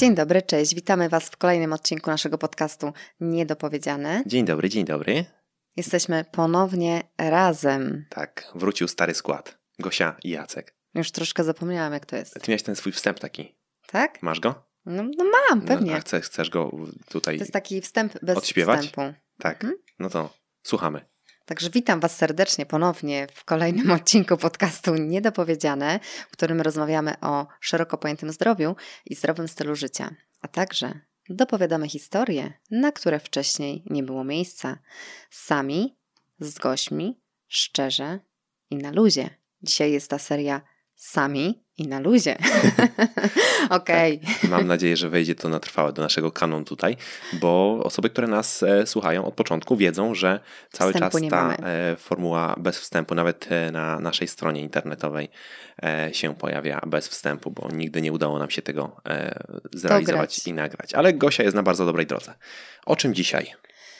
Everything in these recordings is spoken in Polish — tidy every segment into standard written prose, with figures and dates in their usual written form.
Dzień dobry, cześć. Witamy Was w kolejnym odcinku naszego podcastu Niedopowiedziane. Dzień dobry, dzień dobry. Jesteśmy ponownie razem. Tak, wrócił stary skład. Gosia i Jacek. Już troszkę zapomniałam, jak to jest. Ty miałeś ten swój wstęp taki. Tak? Masz go? No mam, pewnie. No, a chcesz go tutaj To jest taki wstęp bez odśpiewać? wstępu. Tak, no to słuchamy. Także witam Was serdecznie ponownie w kolejnym odcinku podcastu Niedopowiedziane, w którym rozmawiamy o szeroko pojętym zdrowiu i zdrowym stylu życia, a także dopowiadamy historie, na które wcześniej nie było miejsca. Sami, z gośćmi, szczerze i na luzie. Dzisiaj jest ta seria Sami i na luzie. Okej. Tak. Mam nadzieję, że wejdzie to na trwałe do naszego kanonu tutaj, bo osoby, które nas słuchają od początku, wiedzą, że cały Wstępu czas nie ta mamy. formuła bez wstępu, nawet na naszej stronie internetowej się pojawia bez wstępu, bo nigdy nie udało nam się tego zrealizować i nagrać. Ale Gosia jest na bardzo dobrej drodze. O czym dzisiaj?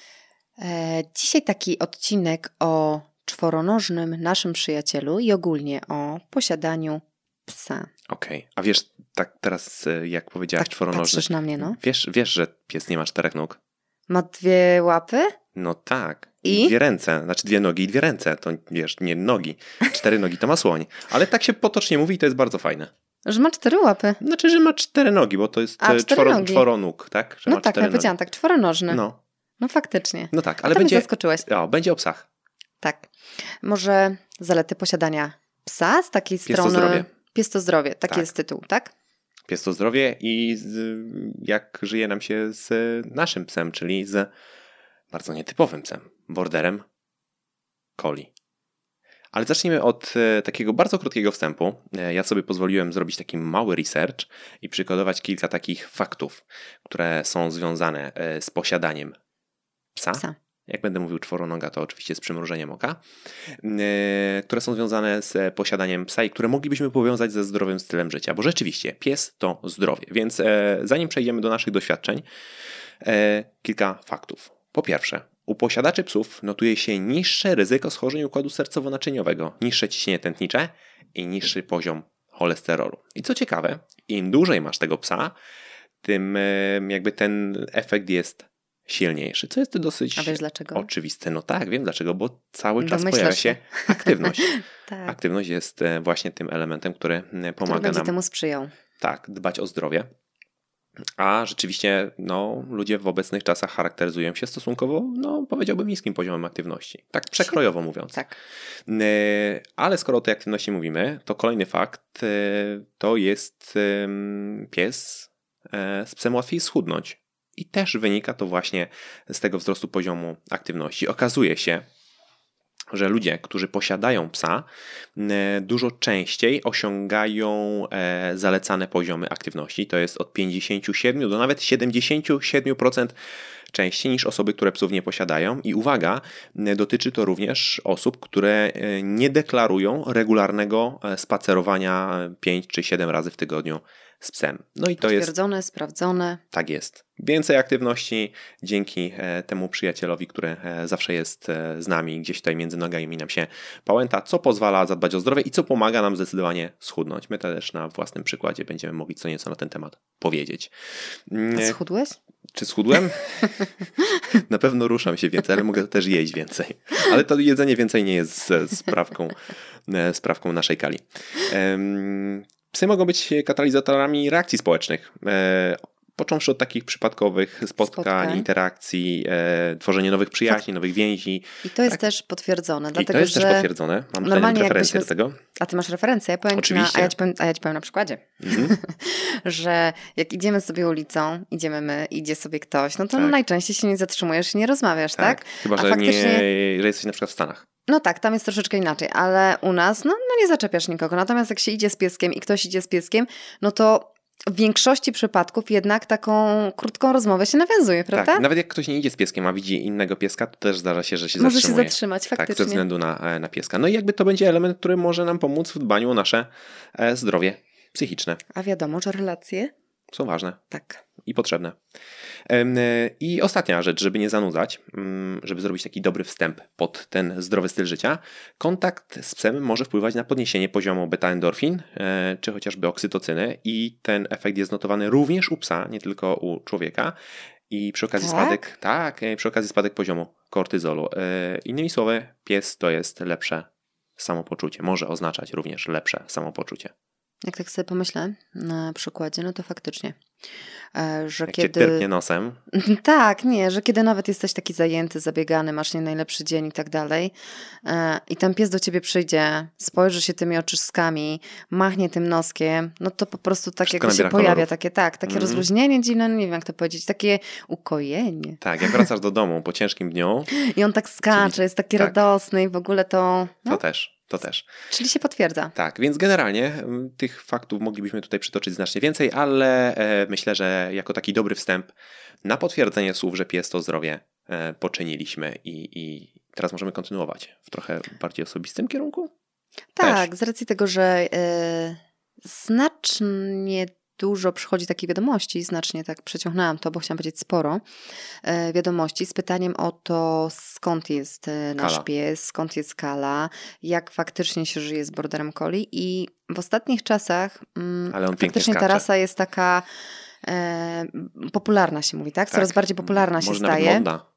Dzisiaj taki odcinek o czworonożnym naszym przyjacielu i ogólnie o posiadaniu psa. Okej. A wiesz, tak teraz jak powiedziałaś Tak czworonożny, patrzysz na mnie, no. Wiesz, że pies nie ma 4 nóg? Ma 2 łapy? No tak. I? 2 ręce, znaczy 2 nogi i 2 ręce, to wiesz, nie nogi. 4 nogi to ma słoń. Ale tak się potocznie mówi i to jest bardzo fajne. Że ma 4 łapy. Znaczy, że ma 4 nogi, bo to jest 4 nogi. czworonóg, tak? Że No ma tak, 4 ja powiedziałam tak, czworonożny. No. No faktycznie. No tak, Ale ale to będzie... mnie zaskoczyłeś. Będzie o psach. Tak. Może zalety posiadania psa z takiej Pies to strony... zdrowie. Pies to zdrowie. Taki Tak. jest tytuł, tak? Pies to zdrowie i jak żyje nam się z naszym psem, czyli z bardzo nietypowym psem, borderem collie. Ale zacznijmy od takiego bardzo krótkiego wstępu. Ja sobie pozwoliłem zrobić taki mały research i przygotować kilka takich faktów, które są związane z posiadaniem psa. Jak będę mówił czworonoga, to oczywiście z przymrużeniem oka, które są związane z posiadaniem psa i które moglibyśmy powiązać ze zdrowym stylem życia, bo rzeczywiście pies to zdrowie. Więc zanim przejdziemy do naszych doświadczeń, kilka faktów. Po pierwsze, u posiadaczy psów notuje się niższe ryzyko schorzeń układu sercowo-naczyniowego, niższe ciśnienie tętnicze i niższy poziom cholesterolu. I co ciekawe, im dłużej masz tego psa, tym jakby ten efekt jest silniejszy, co jest dosyć A wiesz dlaczego? oczywiste. No tak, wiem dlaczego, bo cały czas Domyślasz pojawia się aktywność. Tak. Aktywność jest właśnie tym elementem, który Który pomaga będzie nam temu sprzyjał. dbać o zdrowie. A rzeczywiście ludzie w obecnych czasach charakteryzują się stosunkowo, powiedziałbym, niskim poziomem aktywności. Tak przekrojowo mówiąc. Tak. Ale skoro o tej aktywności mówimy, to kolejny fakt to jest pies. Z psem łatwiej schudnąć. I też wynika to właśnie z tego wzrostu poziomu aktywności. Okazuje się, że ludzie, którzy posiadają psa, dużo częściej osiągają zalecane poziomy aktywności. To jest od 57 do nawet 77% częściej niż osoby, które psów nie posiadają. I uwaga, dotyczy to również osób, które nie deklarują regularnego spacerowania 5 czy 7 razy w tygodniu z psem. No i to jest Potwierdzone, sprawdzone. Tak jest. Więcej aktywności dzięki temu przyjacielowi, który zawsze jest z nami, gdzieś tutaj między nogami nam się pałęta, co pozwala zadbać o zdrowie i co pomaga nam zdecydowanie schudnąć. My też na własnym przykładzie będziemy mogli co nieco na ten temat powiedzieć. A schudłeś? Czy schudłem? Na pewno ruszam się więcej, ale mogę też jeść więcej. Ale to jedzenie więcej nie jest sprawką naszej kali. Psy mogą być katalizatorami reakcji społecznych. Począwszy od takich przypadkowych spotkań, interakcji, tworzenie nowych przyjaźni, nowych więzi. I to jest też potwierdzone. I dlatego, to jest że też potwierdzone. Mam tutaj referencję do tego. A ty masz referencję? Ja powiem Oczywiście. A ja ci powiem na przykładzie. Że jak idziemy sobie ulicą, idziemy my, idzie sobie ktoś, no to najczęściej się nie zatrzymujesz i nie rozmawiasz, tak? Chyba, że że jesteś na przykład w Stanach. No tak, tam jest troszeczkę inaczej, ale u nas nie zaczepiasz nikogo. Natomiast jak się idzie z pieskiem i ktoś idzie z pieskiem, no to w większości przypadków jednak taką krótką rozmowę się nawiązuje, prawda? Tak, nawet jak ktoś nie idzie z pieskiem, a widzi innego pieska, to też zdarza się, że się może zatrzymuje. Może się zatrzymać, faktycznie. Tak, ze względu na pieska. No i jakby to będzie element, który może nam pomóc w dbaniu o nasze zdrowie psychiczne. A wiadomo, że relacje są ważne. Tak. i potrzebne. I ostatnia rzecz, żeby nie zanudzać, żeby zrobić taki dobry wstęp pod ten zdrowy styl życia, kontakt z psem może wpływać na podniesienie poziomu beta-endorfin, czy chociażby oksytocyny i ten efekt jest notowany również u psa, nie tylko u człowieka. I przy okazji przy okazji spadek poziomu kortyzolu. Innymi słowy, pies to jest lepsze samopoczucie, może oznaczać również lepsze samopoczucie. Jak tak sobie pomyślę na przykładzie, no to faktycznie, że Jak kiedy... cię tyrpnie nosem. Tak, nie, że kiedy nawet jesteś taki zajęty, zabiegany, masz nie najlepszy dzień i tak dalej i ten pies do ciebie przyjdzie, spojrzy się tymi oczyskami, machnie tym noskiem, no to po prostu tak Wszystko jakby się nabiera pojawia kolorów. takie rozluźnienie dziwne, no nie wiem jak to powiedzieć, takie ukojenie. Tak, jak wracasz do domu po ciężkim dniu. I on tak skacze, jest taki radosny i w ogóle to... No. To też. Czyli się potwierdza. Tak, więc generalnie tych faktów moglibyśmy tutaj przytoczyć znacznie więcej, ale myślę, że jako taki dobry wstęp na potwierdzenie słów, że pies to zdrowie poczyniliśmy i teraz możemy kontynuować w trochę bardziej osobistym kierunku? Tak, też. z racji tego, że znacznie dużo przychodzi takich wiadomości, znacznie tak przeciągnęłam to, bo chciałam powiedzieć sporo wiadomości z pytaniem o to, skąd jest nasz pies, skąd jest Kala, jak faktycznie się żyje z borderem collie i w ostatnich czasach faktycznie ta rasa jest taka popularna się mówi, tak? Coraz bardziej popularna się staje. Nawet modna.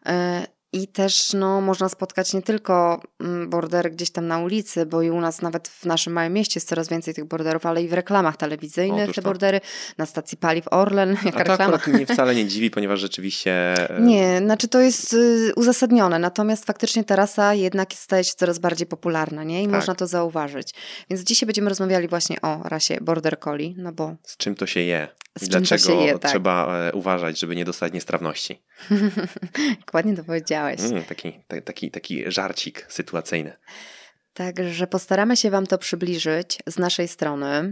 I też można spotkać nie tylko bordery gdzieś tam na ulicy, bo i u nas nawet w naszym małym mieście jest coraz więcej tych borderów, ale i w reklamach telewizyjnych te bordery, na stacji paliw Orlen, jaka reklama. A to akurat mnie wcale nie dziwi, ponieważ rzeczywiście... Nie, znaczy to jest uzasadnione, natomiast faktycznie ta rasa jednak staje się coraz bardziej popularna, nie? I można to zauważyć. Więc dzisiaj będziemy rozmawiali właśnie o rasie border collie, no bo... Z czym to się je? I dlaczego trzeba uważać, żeby nie dostać niestrawności? Dokładnie to powiedziałeś. Taki żarcik sytuacyjny. Także postaramy się Wam to przybliżyć z naszej strony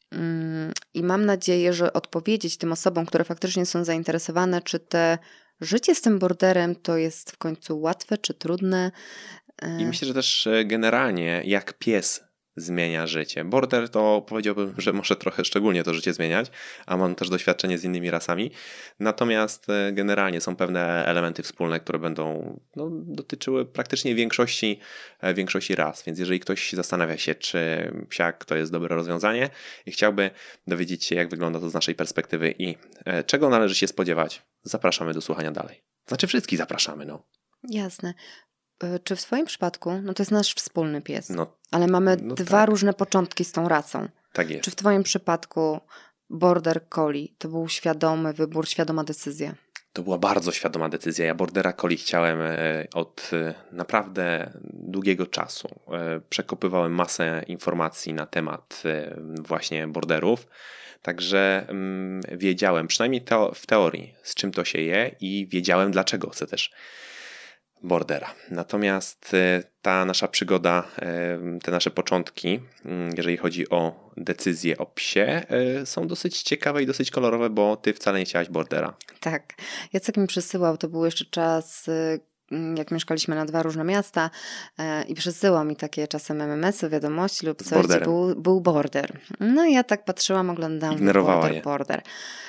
i mam nadzieję, że odpowiedzieć tym osobom, które faktycznie są zainteresowane, czy te życie z tym borderem to jest w końcu łatwe, czy trudne. I myślę, że też generalnie jak pies zmienia życie. Border to powiedziałbym, że może trochę szczególnie to życie zmieniać, a mam też doświadczenie z innymi rasami. Natomiast generalnie są pewne elementy wspólne, które będą dotyczyły praktycznie większości ras. Więc jeżeli ktoś zastanawia się, czy psiak to jest dobre rozwiązanie i chciałby dowiedzieć się, jak wygląda to z naszej perspektywy i czego należy się spodziewać, zapraszamy do słuchania dalej. Znaczy wszystkich zapraszamy, Jasne. Czy w Twoim przypadku, to jest nasz wspólny pies, ale mamy dwa różne początki z tą rasą. Tak jest. Czy w Twoim przypadku border collie to był świadomy wybór, świadoma decyzja? To była bardzo świadoma decyzja. Ja bordera collie chciałem od naprawdę długiego czasu. Przekopywałem masę informacji na temat właśnie borderów. Także wiedziałem, przynajmniej w teorii, z czym to się je i wiedziałem, dlaczego chcę też bordera. Natomiast ta nasza przygoda, te nasze początki, jeżeli chodzi o decyzje o psie, są dosyć ciekawe i dosyć kolorowe, bo ty wcale nie chciałaś bordera. Tak. Jacek mi przesyłał, to był jeszcze czas, jak mieszkaliśmy na 2 różne miasta i przesyłał mi takie czasem MMS-y, wiadomości lub coś, gdzie był border. No i ja tak patrzyłam, oglądałam border.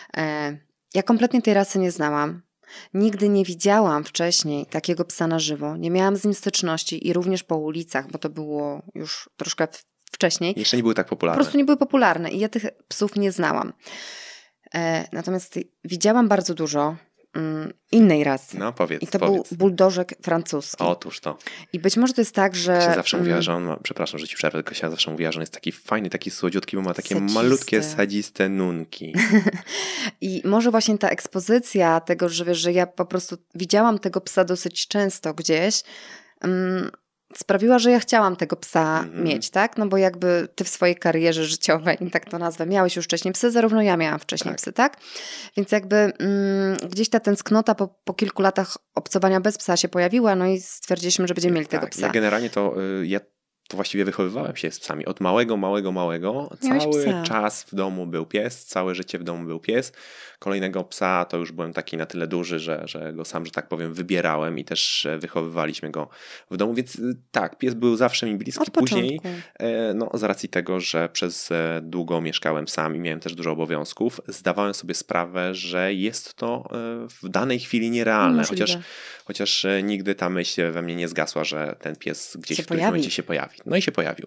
Ja kompletnie tej rasy nie znałam. Nigdy nie widziałam wcześniej takiego psa na żywo. Nie miałam z nim styczności i również po ulicach, bo to było już troszkę wcześniej. Jeszcze nie były tak popularne. Po prostu nie były popularne i ja tych psów nie znałam. Natomiast widziałam bardzo dużo innej rasy. No powiedz. I to był buldożek francuski. Otóż to. I być może to jest tak, że... Kasia zawsze mówiła, że on ma, przepraszam, że ci przerwę, Kasia zawsze mówiła, że on jest taki fajny, taki słodziutki, bo ma takie malutkie, sadziste nunki. I może właśnie ta ekspozycja tego, że wiesz, że ja po prostu widziałam tego psa dosyć często gdzieś, sprawiła, że ja chciałam tego psa mieć, tak? No bo jakby ty w swojej karierze życiowej, tak to nazwę, miałeś już wcześniej psy, zarówno ja miałam wcześniej psy, tak? Więc jakby gdzieś ta tęsknota po kilku latach obcowania bez psa się pojawiła, no i stwierdziliśmy, że będziemy mieli tego psa. Ja generalnie to, ja to właściwie wychowywałem się z psami. Od małego. Miałeś Cały psa. czas w domu był pies, całe życie w domu był pies. Kolejnego psa to już byłem taki na tyle duży, że go sam, że tak powiem, wybierałem i też wychowywaliśmy go w domu, więc tak, pies był zawsze mi bliski. Od Później, początku. z racji tego, że przez długo mieszkałem sam i miałem też dużo obowiązków, zdawałem sobie sprawę, że jest to w danej chwili nierealne, chociaż nigdy ta myśl we mnie nie zgasła, że ten pies gdzieś w którymś momencie się pojawi. No i się pojawił.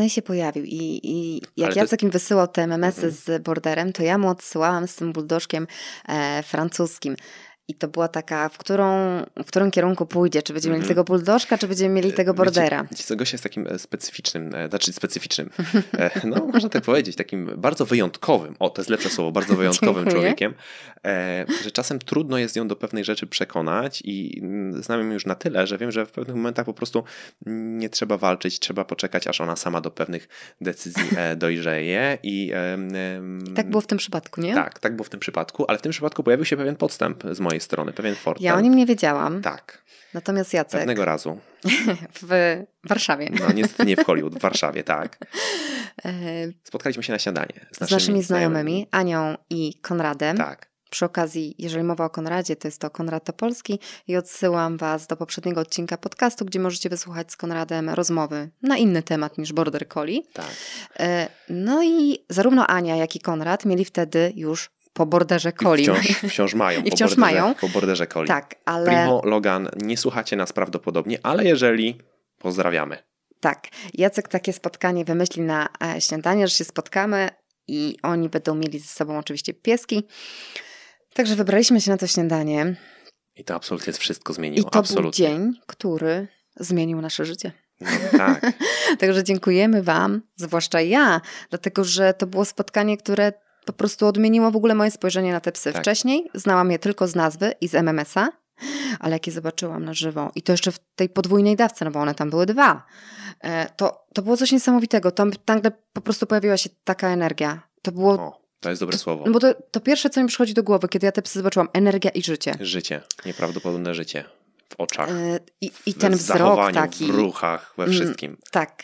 I jak Jacek im wysyłał te MMS-y z borderem, to ja mu odsyłałam z tym buldożkiem francuskim. I to była taka, w którym kierunku pójdzie. Czy będziemy mieli tego buldożka, czy będziemy mieli tego bordera. Wiecie, Gosia jest takim specyficznym, no można tak powiedzieć, takim bardzo wyjątkowym, to jest lepsze słowo, bardzo wyjątkowym człowiekiem, że czasem trudno jest ją do pewnej rzeczy przekonać i znam ją już na tyle, że wiem, że w pewnych momentach po prostu nie trzeba walczyć, trzeba poczekać, aż ona sama do pewnych decyzji dojrzeje. I tak było w tym przypadku, nie? Tak było w tym przypadku, ale w tym przypadku pojawił się pewien podstęp z mojej strony, pewien fortel. Ja o nim nie wiedziałam. Tak. Natomiast Jacek... Pewnego razu. w Warszawie. No niestety nie w Hollywood, w Warszawie, tak. Spotkaliśmy się na śniadanie z naszymi znajomymi, Anią i Konradem. Tak. Przy okazji, jeżeli mowa o Konradzie, to jest to Konrad Topolski i odsyłam Was do poprzedniego odcinka podcastu, gdzie możecie wysłuchać z Konradem rozmowy na inny temat niż Border Collie. Tak. No i zarówno Ania, jak i Konrad mieli wtedy już po borderze Collie. Wciąż mają. Po borderze Collie. Tak, ale... Primo, Logan, nie słuchacie nas prawdopodobnie, ale jeżeli, pozdrawiamy. Tak. Jacek takie spotkanie wymyśli na śniadanie, że się spotkamy i oni będą mieli ze sobą oczywiście pieski. Także wybraliśmy się na to śniadanie. I to absolutnie wszystko zmieniło. I to był dzień, który zmienił nasze życie. No, tak. Także dziękujemy Wam, zwłaszcza ja, dlatego że to było spotkanie, które po prostu odmieniło w ogóle moje spojrzenie na te psy. Tak. Wcześniej znałam je tylko z nazwy i z MMS-a, ale jak je zobaczyłam na żywo i to jeszcze w tej podwójnej dawce, no bo one tam były 2, to było coś niesamowitego. Tam nagle po prostu pojawiła się taka energia. To było... To jest dobre słowo. No bo to pierwsze, co mi przychodzi do głowy, kiedy ja te psy zobaczyłam, energia i życie. Życie, nieprawdopodobne życie. W oczach, i ten wzrok zachowaniu, taki. W ruchach, we wszystkim. Tak.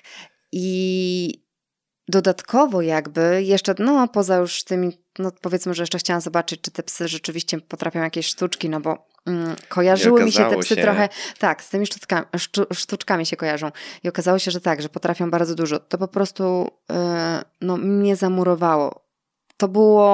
I dodatkowo jakby jeszcze, poza już tymi, powiedzmy, że jeszcze chciałam zobaczyć, czy te psy rzeczywiście potrafią jakieś sztuczki, no bo kojarzyły mi się te psy trochę, tak, z tymi sztuczkami się kojarzą. I okazało się, że tak, że potrafią bardzo dużo. To po prostu mnie zamurowało. To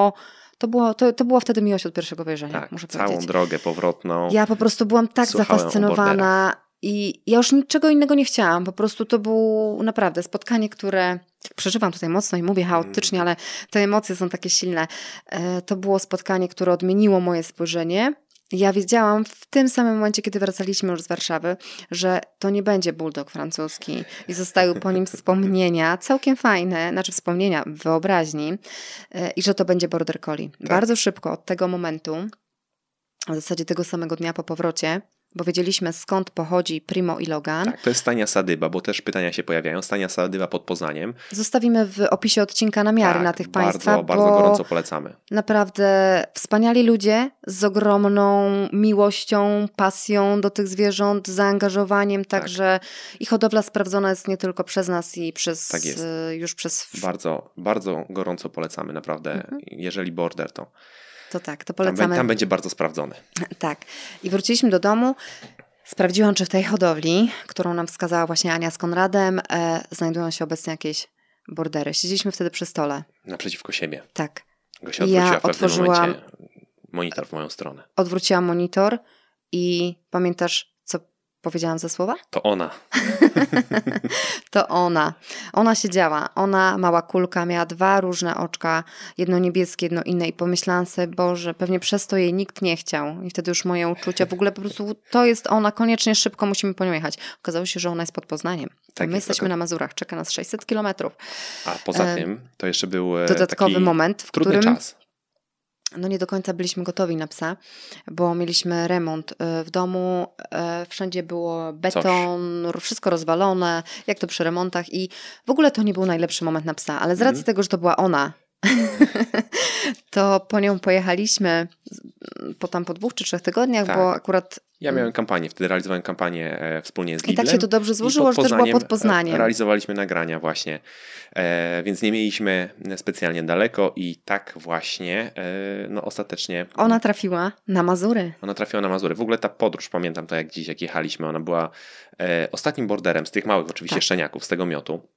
była wtedy miłość od pierwszego wejrzenia, tak, muszę całą powiedzieć. Drogę powrotną. Ja po prostu byłam tak zafascynowana i ja już niczego innego nie chciałam. Po prostu to było naprawdę spotkanie, które przeżywam tutaj mocno i mówię chaotycznie, ale te emocje są takie silne. To było spotkanie, które odmieniło moje spojrzenie. Ja wiedziałam w tym samym momencie, kiedy wracaliśmy już z Warszawy, że to nie będzie bulldog francuski i zostały po nim wspomnienia, całkiem fajne, wspomnienia w wyobraźni i że to będzie border collie. Tak. Bardzo szybko od tego momentu, w zasadzie tego samego dnia po powrocie, bo wiedzieliśmy skąd pochodzi Primo i Logan. Tak, to jest Stania Sadyba, bo też pytania się pojawiają. Stania Sadyba pod Poznaniem. Zostawimy w opisie odcinka namiary na tych Państwa. Bardzo gorąco polecamy. Naprawdę wspaniali ludzie z ogromną miłością, pasją do tych zwierząt, zaangażowaniem, także i hodowla sprawdzona jest nie tylko przez nas i przez... Tak jest. Już przez... Bardzo, bardzo gorąco polecamy, naprawdę. Jeżeli border, to polecamy. Tam będzie bardzo sprawdzony. Tak. I wróciliśmy do domu. Sprawdziłam, czy w tej hodowli, którą nam wskazała właśnie Ania z Konradem, znajdują się obecnie jakieś bordery. Siedzieliśmy wtedy przy stole. Naprzeciwko siebie. Tak. Gosia odwróciła w pewnym momencie monitor w moją stronę. Odwróciłam monitor i pamiętasz, co powiedziałam za słowa? To ona. To ona. Ona siedziała. Ona, mała kulka, miała 2 różne oczka. Jedno niebieskie, jedno inne. I pomyślałam sobie, Boże, pewnie przez to jej nikt nie chciał. I wtedy już moje uczucia, w ogóle po prostu to jest ona. Koniecznie szybko musimy po nią jechać. Okazało się, że ona jest pod Poznaniem. Tak, my jesteśmy na Mazurach. Czeka nas 600 kilometrów. A poza tym to jeszcze był dodatkowy taki moment, w trudny którym... czas. Nie do końca byliśmy gotowi na psa, bo mieliśmy remont w domu, wszędzie było beton, wszystko rozwalone, jak to przy remontach i w ogóle to nie był najlepszy moment na psa, ale z racji tego, że to była ona to po nią pojechaliśmy po 2 czy 3 tygodniach, Tak. bo akurat... Ja miałem kampanię, wtedy realizowałem kampanię wspólnie z Lidlem. I tak się to dobrze złożyło, że też była pod Poznaniem. Realizowaliśmy nagrania właśnie, więc nie mieliśmy specjalnie daleko i tak właśnie ostatecznie... Ona trafiła na Mazury. W ogóle ta podróż, pamiętam to jak dziś, jak jechaliśmy, ona była ostatnim borderem z tych małych oczywiście szczeniaków, z tego miotu.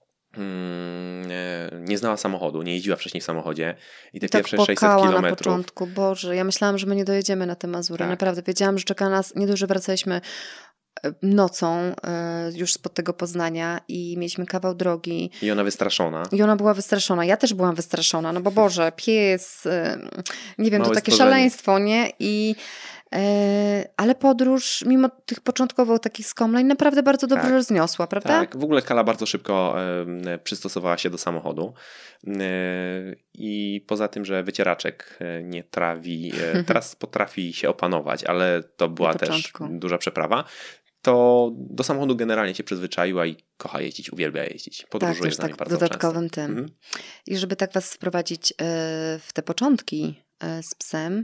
Nie znała samochodu, nie jeździła wcześniej w samochodzie i te pierwsze 600 kilometrów. Na początku, Boże, ja myślałam, że my nie dojedziemy na te Mazury, tak. Naprawdę, wiedziałam, że czeka nas, nie dość, że wracaliśmy nocą już spod tego Poznania i mieliśmy kawał drogi. I ona wystraszona. I ona była wystraszona, ja też byłam wystraszona, no bo Boże, pies, nie wiem, małe to takie stworzenie. Szaleństwo, nie? Ale podróż, mimo tych początkowo takich skomleń, naprawdę bardzo dobrze rozniosła, prawda? Tak, w ogóle Kala bardzo szybko przystosowała się do samochodu i poza tym, że wycieraczek nie trawi, teraz potrafi się opanować, ale to była też duża przeprawa, to do samochodu generalnie się przyzwyczaiła i kocha jeździć, uwielbia jeździć. Podróżuje z nami bardzo dodatkowym często. tym. I żeby tak was wprowadzić w te początki z psem,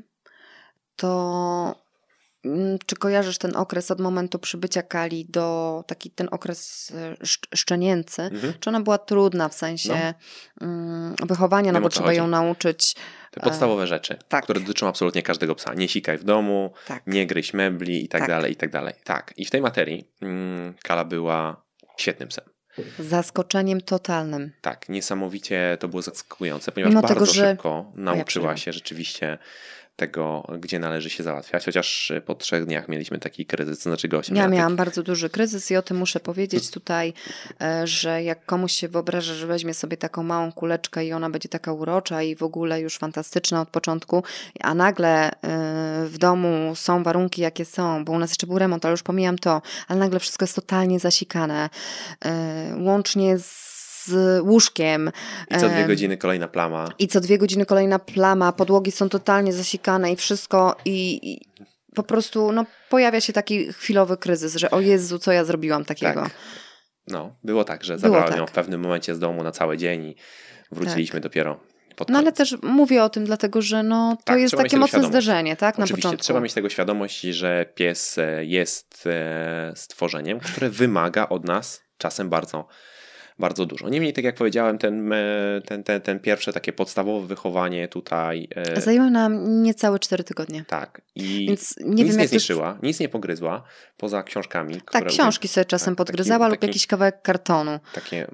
to czy kojarzysz ten okres od momentu przybycia Kali do ten okres szczenięcy? Czy ona była trudna w sensie wychowania, no bo trzeba ją nauczyć. Te podstawowe rzeczy, które dotyczą absolutnie każdego psa. Nie sikaj w domu, nie gryź mebli i tak dalej, i tak dalej. Tak. I w tej materii Kala była świetnym psem. Zaskoczeniem totalnym. Tak, niesamowicie to było zaskakujące, ponieważ bardzo szybko nauczyła się rzeczywiście tego, gdzie należy się załatwiać, chociaż po 3 dniach mieliśmy taki kryzys, to znaczy gościa. Ja miałam bardzo duży kryzys i o tym muszę powiedzieć tutaj, że jak komuś się wyobraża, że weźmie sobie taką małą kuleczkę i ona będzie taka urocza i w ogóle już fantastyczna od początku, a nagle w domu są warunki jakie są, bo u nas jeszcze był remont, ale już pomijam to, ale nagle wszystko jest totalnie zasikane, łącznie z łóżkiem. I co 2 godziny kolejna plama. Podłogi są totalnie zasikane i wszystko i po prostu pojawia się taki chwilowy kryzys, że o Jezu, co ja zrobiłam takiego. Tak. Było tak, że zabrałem ją w pewnym momencie z domu na cały dzień i wróciliśmy dopiero pod koniec. Ale też mówię o tym, dlatego że to jest takie mocne zderzenie, tak? Oczywiście, na początku. Trzeba mieć tego świadomość, że pies jest stworzeniem, które wymaga od nas czasem bardzo, bardzo dużo. Niemniej, tak jak powiedziałem, ten pierwsze takie podstawowe wychowanie tutaj... Zajęło nam niecałe 4 tygodnie. Tak. I więc nic nie zniszczyła, nic nie pogryzła, poza książkami. Tak, książki sobie czasem podgryzała lub jakiś kawałek kartonu. Takie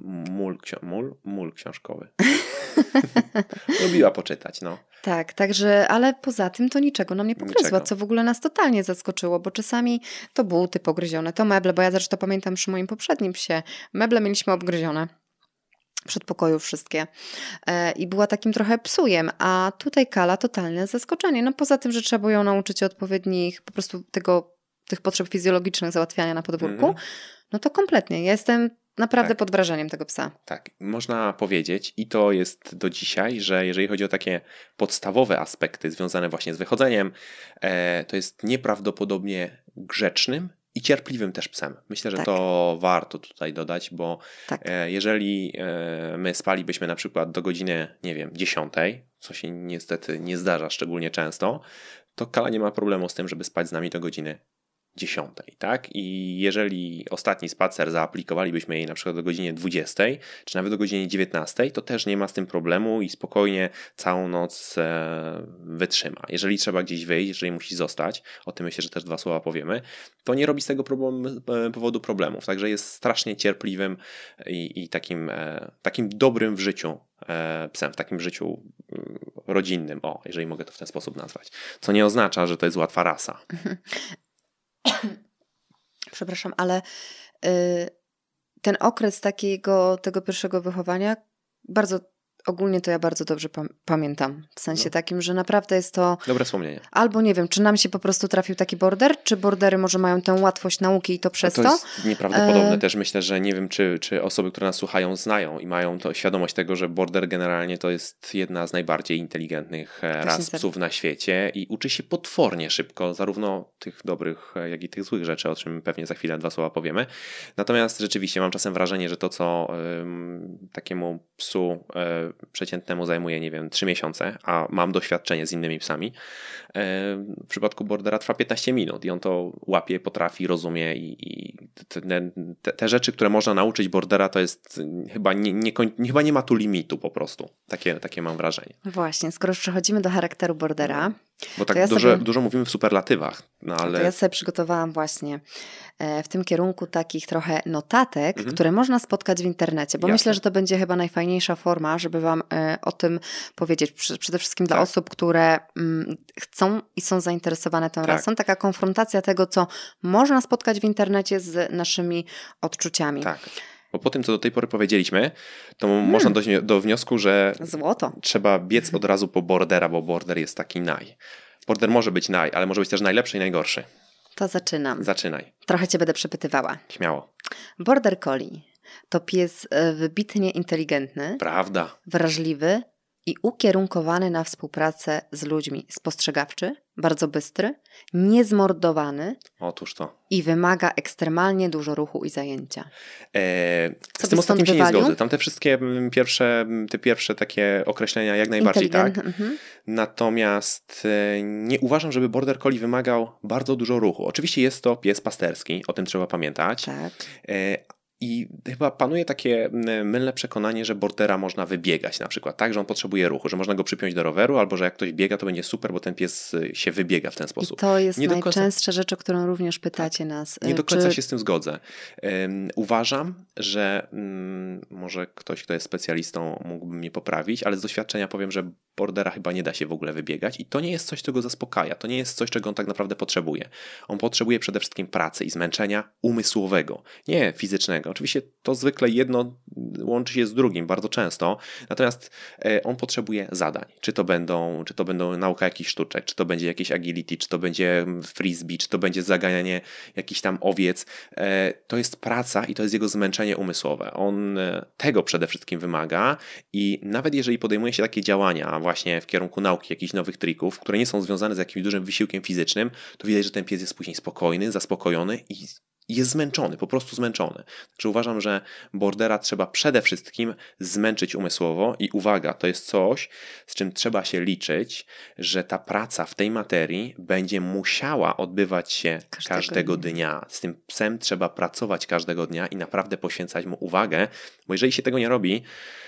mól książkowy. Lubiła poczytać, Tak, także, ale poza tym to niczego nam nie pogryzła, co w ogóle nas totalnie zaskoczyło, bo czasami to buty pogryzione, to meble, bo ja zresztą pamiętam przy moim poprzednim psie, meble mieliśmy obgryzione. Przedpokoju wszystkie. I była takim trochę psujem, a tutaj Kala totalne zaskoczenie. Poza tym, że trzeba było ją nauczyć odpowiednich, po prostu tych potrzeb fizjologicznych załatwiania na podwórku, to kompletnie. Ja jestem naprawdę pod wrażeniem tego psa. Tak, można powiedzieć i to jest do dzisiaj, że jeżeli chodzi o takie podstawowe aspekty związane właśnie z wychodzeniem, to jest nieprawdopodobnie grzecznym i cierpliwym też psem. Myślę, że to warto tutaj dodać, bo jeżeli my spalibyśmy na przykład do godziny, 10, co się niestety nie zdarza szczególnie często, to Kala nie ma problemu z tym, żeby spać z nami do godziny 10, tak? I jeżeli ostatni spacer zaaplikowalibyśmy jej na przykład do godziny 20, czy nawet do godziny 19, to też nie ma z tym problemu i spokojnie całą noc wytrzyma. Jeżeli trzeba gdzieś wyjść, jeżeli musi zostać, o tym myślę, że też 2 słowa powiemy, to nie robi z tego powodu problemów. Także jest strasznie cierpliwym i takim dobrym w życiu psem, w takim życiu rodzinnym, jeżeli mogę to w ten sposób nazwać. Co nie oznacza, że to jest łatwa rasa. Przepraszam, ale ten okres tego pierwszego wychowania ogólnie to ja bardzo dobrze pamiętam. W sensie takim, że naprawdę jest to... Dobre wspomnienie. Albo nie wiem, czy nam się po prostu trafił taki border, czy bordery może mają tę łatwość nauki i to przez to. To jest nieprawdopodobne też. Myślę, że nie wiem, czy osoby, które nas słuchają, znają i mają to świadomość tego, że border generalnie to jest jedna z najbardziej inteligentnych ras psów na świecie i uczy się potwornie szybko, zarówno tych dobrych, jak i tych złych rzeczy, o czym pewnie za chwilę 2 słowa powiemy. Natomiast rzeczywiście mam czasem wrażenie, że to, co takiemu psu przeciętnemu zajmuje, nie wiem, 3 miesiące, a mam doświadczenie z innymi psami, w przypadku Bordera trwa 15 minut i on to łapie, potrafi, rozumie i te rzeczy, które można nauczyć Bordera, to jest chyba nie ma tu limitu po prostu. Takie mam wrażenie. Właśnie, skoro już przechodzimy do charakteru Bordera, bo tak ja dużo mówimy w superlatywach, no ale... To ja sobie przygotowałam właśnie w tym kierunku takich trochę notatek, które można spotkać w internecie, bo myślę, że to będzie chyba najfajniejsza forma, żeby wam o tym powiedzieć. Przede wszystkim dla osób, które chcą i są zainteresowane tą rasą. Taka konfrontacja tego, co można spotkać w internecie z naszymi odczuciami. Tak. Bo po tym, co do tej pory powiedzieliśmy, to można dojść do wniosku, że trzeba biec od razu po Bordera, bo Border jest taki Border może być ale może być też najlepszy i najgorszy. To zaczynam. Zaczynaj. Trochę cię będę przepytywała. Śmiało. Border Collie to pies wybitnie inteligentny, prawda, wrażliwy i ukierunkowany na współpracę z ludźmi. Spostrzegawczy, bardzo bystry, niezmordowany. Otóż to. I wymaga ekstremalnie dużo ruchu i zajęcia. Z tym ostatnim się nie zgodzę. Tam te wszystkie pierwsze takie określenia jak najbardziej tak. Natomiast nie uważam, żeby Border Collie wymagał bardzo dużo ruchu. Oczywiście jest to pies pasterski, o tym trzeba pamiętać. Tak. I chyba panuje takie mylne przekonanie, że Bordera można wybiegać na przykład, tak, że on potrzebuje ruchu, że można go przypiąć do roweru, albo że jak ktoś biega, to będzie super, bo ten pies się wybiega w ten sposób. I to jest najczęstsza rzecz, o którą również pytacie nas. Nie do końca się z tym zgodzę. Uważam, że może ktoś, kto jest specjalistą, mógłby mnie poprawić, ale z doświadczenia powiem, że Bordera chyba nie da się w ogóle wybiegać i to nie jest coś, co go zaspokaja. To nie jest coś, czego on tak naprawdę potrzebuje. On potrzebuje przede wszystkim pracy i zmęczenia umysłowego, nie fizycznego. Oczywiście to zwykle jedno łączy się z drugim bardzo często, natomiast on potrzebuje zadań. Czy to będą nauka jakichś sztuczek, czy to będzie jakieś agility, czy to będzie frisbee, czy to będzie zaganianie jakichś tam owiec. To jest praca i to jest jego zmęczenie umysłowe. On tego przede wszystkim wymaga i nawet jeżeli podejmuje się takie działania właśnie w kierunku nauki jakichś nowych trików, które nie są związane z jakimś dużym wysiłkiem fizycznym, to widać, że ten pies jest później spokojny, zaspokojony i jest zmęczony, po prostu zmęczony. Także uważam, że Bordera trzeba przede wszystkim zmęczyć umysłowo i uwaga, to jest coś, z czym trzeba się liczyć, że ta praca w tej materii będzie musiała odbywać się każdego dnia. Z tym psem trzeba pracować każdego dnia i naprawdę poświęcać mu uwagę, bo jeżeli się tego nie robi,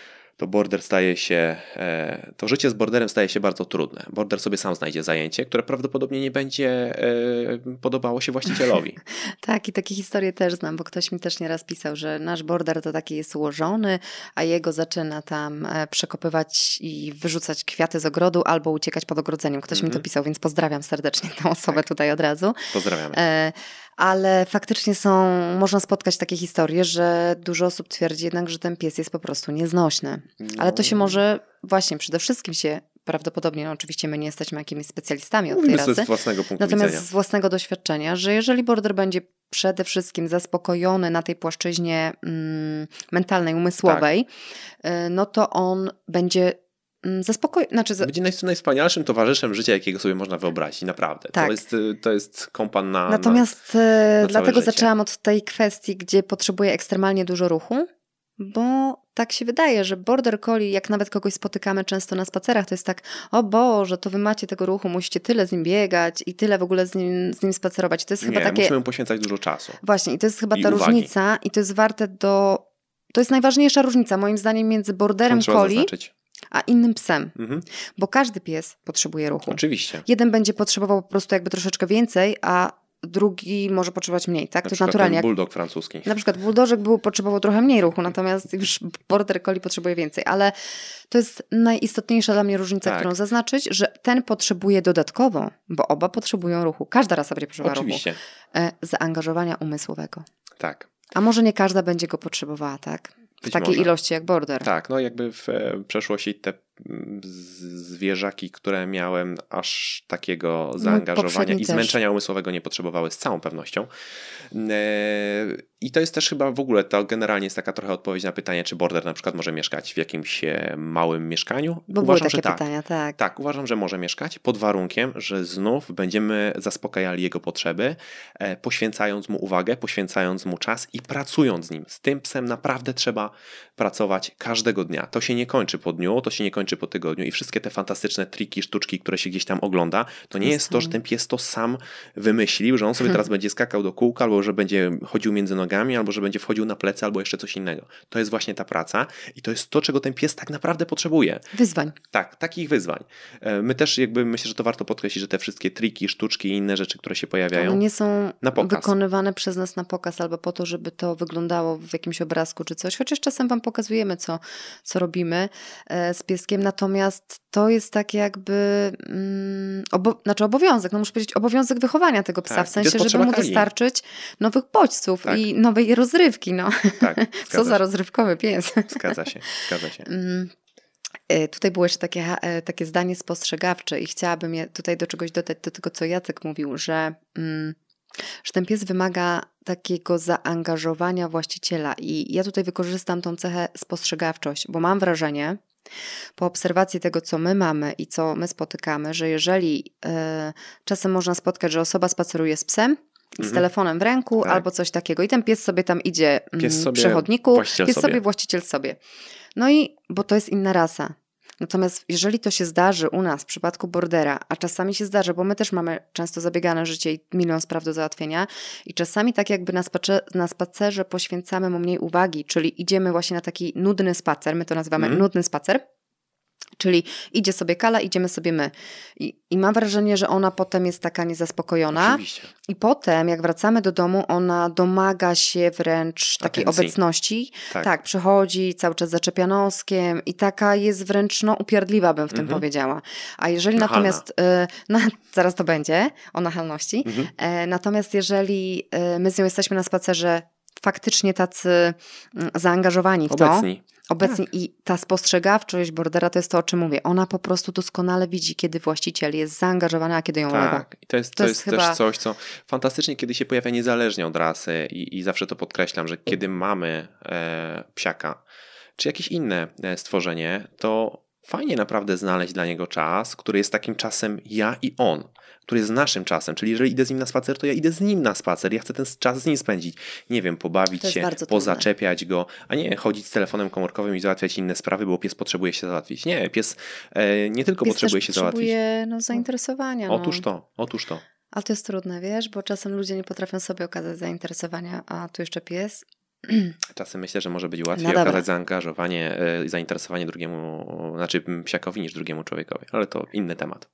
to życie z Borderem staje się bardzo trudne. Border sobie sam znajdzie zajęcie, które prawdopodobnie nie będzie podobało się właścicielowi. Tak, i takie historie też znam, bo ktoś mi też nieraz pisał, że nasz Border to taki jest ułożony, a jego zaczyna tam przekopywać i wyrzucać kwiaty z ogrodu albo uciekać pod ogrodzeniem. Ktoś mi to pisał, więc pozdrawiam serdecznie tę osobę tutaj od razu. Pozdrawiamy. Ale faktycznie można spotkać takie historie, że dużo osób twierdzi jednak, że ten pies jest po prostu nieznośny. Ale to się może właśnie przede wszystkim prawdopodobnie, oczywiście my nie jesteśmy jakimiś specjalistami od tej rasy, z własnego punktu natomiast widzenia. z własnego doświadczenia, że jeżeli Border będzie przede wszystkim zaspokojony na tej płaszczyźnie mentalnej, umysłowej, no to on będzie będzie najwspanialszym towarzyszem życia, jakiego sobie można wyobrazić, naprawdę. Tak. To jest kompan na Natomiast dlatego życie. zaczęłam od tej kwestii, gdzie potrzebuje ekstremalnie dużo ruchu, bo tak się wydaje, że Border Collie, jak nawet kogoś spotykamy często na spacerach, to jest tak, o Boże, to wy macie tego ruchu, musicie tyle z nim biegać i tyle w ogóle z nim spacerować. To jest chyba takie... musimy mu poświęcać dużo czasu. Właśnie, i to jest chyba ta różnica i to jest to jest najważniejsza różnica moim zdaniem między Borderem Collie a innym psem. Bo każdy pies potrzebuje ruchu. Oczywiście. Jeden będzie potrzebował po prostu jakby troszeczkę więcej, a drugi może potrzebować mniej, tak? To jest naturalnie. Bulldog francuski. Na przykład buldożek potrzebował trochę mniej ruchu, natomiast już Border Collie potrzebuje więcej. Ale to jest najistotniejsza dla mnie różnica, którą zaznaczyć, że ten potrzebuje dodatkowo, bo oba potrzebują ruchu. Każda rasa będzie potrzebowała Oczywiście. ruchu. Zaangażowania umysłowego. Tak. A może nie każda będzie go potrzebowała, tak? W takiej ilości jak Border. Tak, no jakby w przeszłości te zwierzaki, które miałem aż takiego zaangażowania i zmęczenia umysłowego nie potrzebowały z całą pewnością. I to jest też chyba w ogóle, to generalnie jest taka trochę odpowiedź na pytanie, czy border na przykład może mieszkać w jakimś małym mieszkaniu. Bo uważam, były takie że tak. pytania, tak. Tak, uważam, że może mieszkać pod warunkiem, że znów będziemy zaspokajali jego potrzeby, poświęcając mu uwagę, poświęcając mu czas i pracując z nim. Z tym psem naprawdę trzeba pracować każdego dnia. To się nie kończy po dniu, to się nie kończy po tygodniu i wszystkie te fantastyczne triki, sztuczki, które się gdzieś tam ogląda, to nie jest to, że ten pies to sam wymyślił, że on sobie teraz będzie skakał do kółka, albo że będzie chodził między nogami, albo że będzie wchodził na plecy, albo jeszcze coś innego. To jest właśnie ta praca i to jest to, czego ten pies tak naprawdę potrzebuje. Wyzwań. Tak, takich wyzwań. My też myślę, że to warto podkreślić, że te wszystkie triki, sztuczki i inne rzeczy, które się pojawiają, one nie są na pokaz. Wykonywane przez nas na pokaz albo po to, żeby to wyglądało w jakimś obrazku czy coś, chociaż czasem wam pokazujemy, co robimy z pieskiem, natomiast to jest takie jakby obowiązek, muszę powiedzieć, obowiązek wychowania tego psa, tak, w sensie, żeby mu dostarczyć nowych bodźców i nowej rozrywki. Tak, co za rozrywkowy pies. Zgadza się. Tutaj było jeszcze takie zdanie spostrzegawcze i chciałabym je tutaj do czegoś dodać, do tego, co Jacek mówił, że ten pies wymaga takiego zaangażowania właściciela i ja tutaj wykorzystam tą cechę spostrzegawczość, bo mam wrażenie, po obserwacji tego, co my mamy i co my spotykamy, że jeżeli czasem można spotkać, że osoba spaceruje z psem i z telefonem w ręku albo coś takiego i ten pies sobie tam idzie przy chodniku, właściciel sobie. No i, bo to jest inna rasa. Natomiast jeżeli to się zdarzy u nas w przypadku bordera, a czasami się zdarzy, bo my też mamy często zabiegane życie i milion spraw do załatwienia i czasami tak jakby na spacerze poświęcamy mu mniej uwagi, czyli idziemy właśnie na taki nudny spacer, my to nazywamy nudny spacer, czyli idzie sobie Kala, idziemy sobie my. I mam wrażenie, że ona potem jest taka niezaspokojona. Oczywiście. I potem, jak wracamy do domu, ona domaga się wręcz takiej obecności. Tak, przychodzi, cały czas zaczepia noskiem i taka jest wręcz upierdliwa, bym w tym powiedziała. A jeżeli natomiast, zaraz to będzie, o nachalności, natomiast jeżeli my z nią jesteśmy na spacerze faktycznie tacy zaangażowani w to, obecni i ta spostrzegawczość bordera to jest to, o czym mówię. Ona po prostu doskonale widzi, kiedy właściciel jest zaangażowany, a kiedy ją ulega. Tak, i to jest chyba też coś, co fantastycznie kiedy się pojawia niezależnie od rasy i zawsze to podkreślam, że kiedy mamy psiaka, czy jakieś inne stworzenie, to fajnie naprawdę znaleźć dla niego czas, który jest takim czasem ja i on, który jest naszym czasem, czyli jeżeli idę z nim na spacer, to ja idę z nim na spacer, ja chcę ten czas z nim spędzić, nie wiem, pobawić się, pozaczepiać go, a nie chodzić z telefonem komórkowym i załatwiać inne sprawy, bo pies potrzebuje się załatwić. Nie, pies nie tylko potrzebuje się załatwić. Pies potrzebuje zainteresowania. Otóż to. Ale to jest trudne, wiesz, bo czasem ludzie nie potrafią sobie okazać zainteresowania, a tu jeszcze pies. Czasem myślę, że może być łatwiej okazać zaangażowanie, zainteresowanie drugiemu, znaczy psiakowi niż drugiemu człowiekowi, ale to inny temat.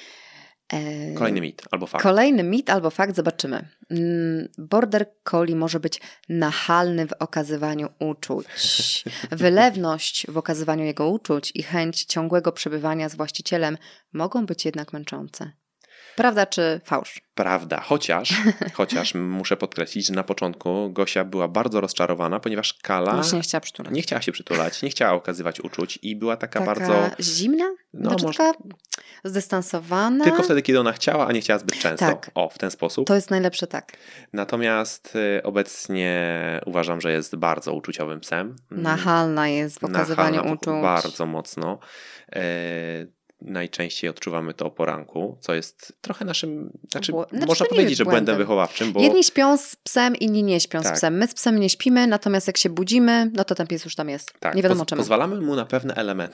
Kolejny mit albo fakt. Kolejny mit albo fakt, zobaczymy. Border collie może być nachalny w okazywaniu uczuć. Wylewność w okazywaniu jego uczuć i chęć ciągłego przebywania z właścicielem mogą być jednak męczące. Prawda czy fałsz? Prawda, chociaż muszę podkreślić, że na początku Gosia była bardzo rozczarowana, ponieważ Kala nie chciała się przytulać, nie chciała okazywać uczuć i była taka bardzo zimna? Taka zdystansowana? Tylko wtedy, kiedy ona chciała, a nie chciała zbyt często. Tak. W ten sposób. To jest najlepsze, tak. Natomiast obecnie uważam, że jest bardzo uczuciowym psem. Nachalna jest w okazywaniu uczuć. Bardzo mocno. Najczęściej odczuwamy to o poranku, co jest trochę naszym, można powiedzieć, że błędem wychowawczym. Bo... Jedni śpią z psem, inni nie śpią z psem. My z psem nie śpimy, natomiast jak się budzimy, no to ten pies już tam jest. Tak, nie wiadomo czemu. Pozwalamy mu na pewne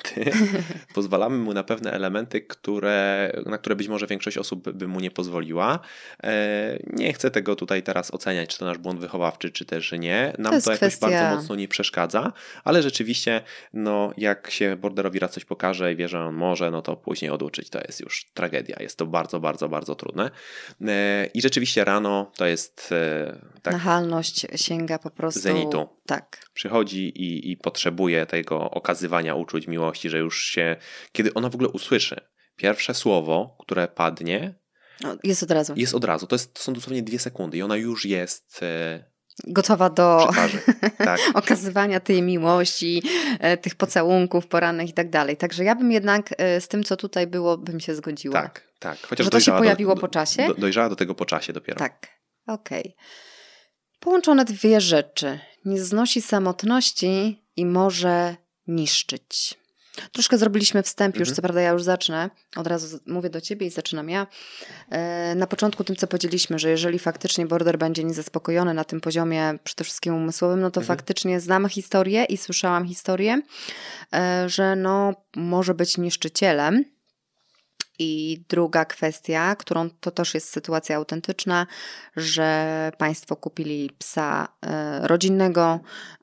elementy, na które być może większość osób by mu nie pozwoliła. Nie chcę tego tutaj teraz oceniać, czy to nasz błąd wychowawczy, czy też nie. Nam to jakoś bardzo mocno nie przeszkadza, ale rzeczywiście, jak się borderowi raz coś pokaże i wie, że on może, no to później oduczyć to jest już tragedia. Jest to bardzo, bardzo, bardzo trudne. I rzeczywiście rano to jest nachalność sięga po prostu zenitu. Tak. Przychodzi i potrzebuje tego okazywania uczuć, miłości, że już się, kiedy ona w ogóle usłyszy pierwsze słowo, które padnie, jest od razu. Jest od razu. To są dosłownie 2 sekundy i ona już jest Gotowa do tak. okazywania tej miłości, tych pocałunków porannych i tak dalej. Także ja bym jednak z tym, co tutaj było, bym się zgodziła. Tak. Chociaż że to się pojawiło po czasie? Dojrzała do tego po czasie dopiero. Tak, okej. Połączone dwie rzeczy. Nie znosi samotności i może niszczyć. Troszkę zrobiliśmy wstęp, już co prawda ja już zacznę. Od razu mówię do ciebie i zaczynam ja. Na początku tym, co powiedzieliśmy, że jeżeli faktycznie border będzie niezaspokojony na tym poziomie przede wszystkim umysłowym, no to faktycznie znam historię i słyszałam historię, że może być niszczycielem. I druga kwestia, którą to też jest sytuacja autentyczna, że państwo kupili psa rodzinnego,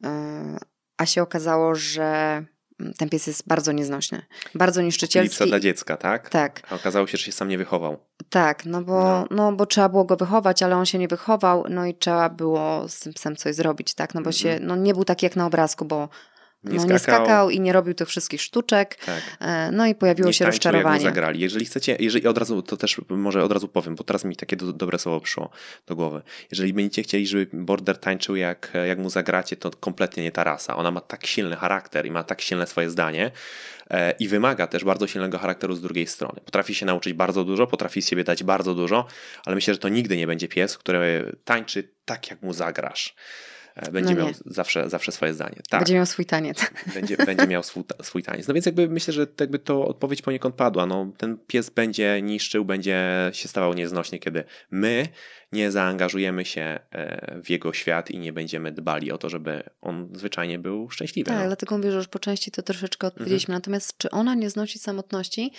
a się okazało, że ten pies jest bardzo nieznośny, bardzo niszczycielski. Kupili psa dla dziecka, tak? Tak. A okazało się, że się sam nie wychował. Tak, bo trzeba było go wychować, ale on się nie wychował, no i trzeba było z tym psem coś zrobić, tak? No bo nie był taki jak na obrazku, bo nie skakał i nie robił tych wszystkich sztuczek. Tak. No i pojawiło się rozczarowanie. Jak zagrali. Jeżeli chcecie, od razu, to też może od razu powiem, bo teraz mi takie dobre słowo przyszło do głowy. Jeżeli będziecie chcieli, żeby border tańczył jak mu zagracie, to kompletnie nie ta rasa. Ona ma tak silny charakter i ma tak silne swoje zdanie i wymaga też bardzo silnego charakteru z drugiej strony. Potrafi się nauczyć bardzo dużo, potrafi z siebie dać bardzo dużo, ale myślę, że to nigdy nie będzie pies, który tańczy tak, jak mu zagrasz. Będzie miał zawsze swoje zdanie. Tak. Będzie miał swój taniec. Będzie miał swój taniec. No więc myślę, że to odpowiedź poniekąd padła. Ten pies będzie niszczył, będzie się stawał nieznośny, kiedy my nie zaangażujemy się w jego świat i nie będziemy dbali o to, żeby on zwyczajnie był szczęśliwy. Tak, dlatego mówię, że już po części to troszeczkę odpowiedzieliśmy. Natomiast czy ona nie znosi samotności?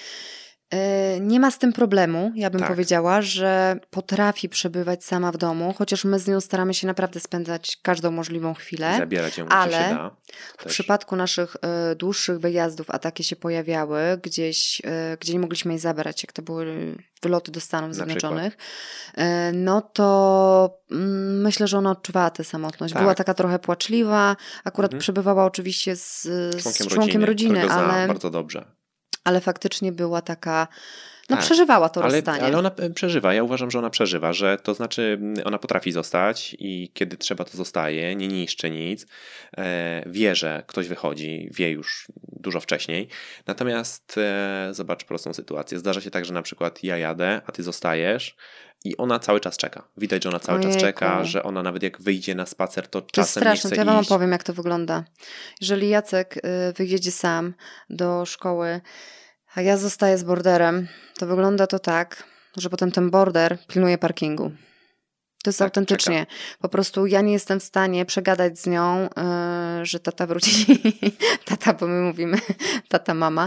Nie ma z tym problemu, ja bym powiedziała, że potrafi przebywać sama w domu, chociaż my z nią staramy się naprawdę spędzać każdą możliwą chwilę. Zabierać ją, ale gdzie się da. w przypadku naszych dłuższych wyjazdów, a takie się pojawiały gdzieś, gdzie nie mogliśmy jej zabrać, jak to były wyloty do Stanów Zjednoczonych, no to myślę, że ona odczuwała tę samotność. Była taka trochę płaczliwa, akurat przebywała oczywiście z członkiem rodziny, ale bardzo dobrze. Ale faktycznie była taka, przeżywała to rozstanie. Ale ona przeżywa, ja uważam, że ona przeżywa, że to znaczy ona potrafi zostać i kiedy trzeba to zostaje, nie niszczy nic, wie, że ktoś wychodzi, wie już dużo wcześniej, natomiast zobacz prostą sytuację, zdarza się tak, że na przykład ja jadę, a ty zostajesz i ona cały czas czeka. Widać, że ona cały czas czeka, że ona nawet jak wyjdzie na spacer, to czasem jest straszne. nie chce to ja wam iść. opowiem, jak to wygląda. Jeżeli Jacek wyjedzie sam do szkoły, a ja zostaję z borderem, to wygląda to tak, że potem ten border pilnuje parkingu. To jest autentycznie. Czeka. Po prostu ja nie jestem w stanie przegadać z nią, że tata wróci. Tata, bo my mówimy tata, mama.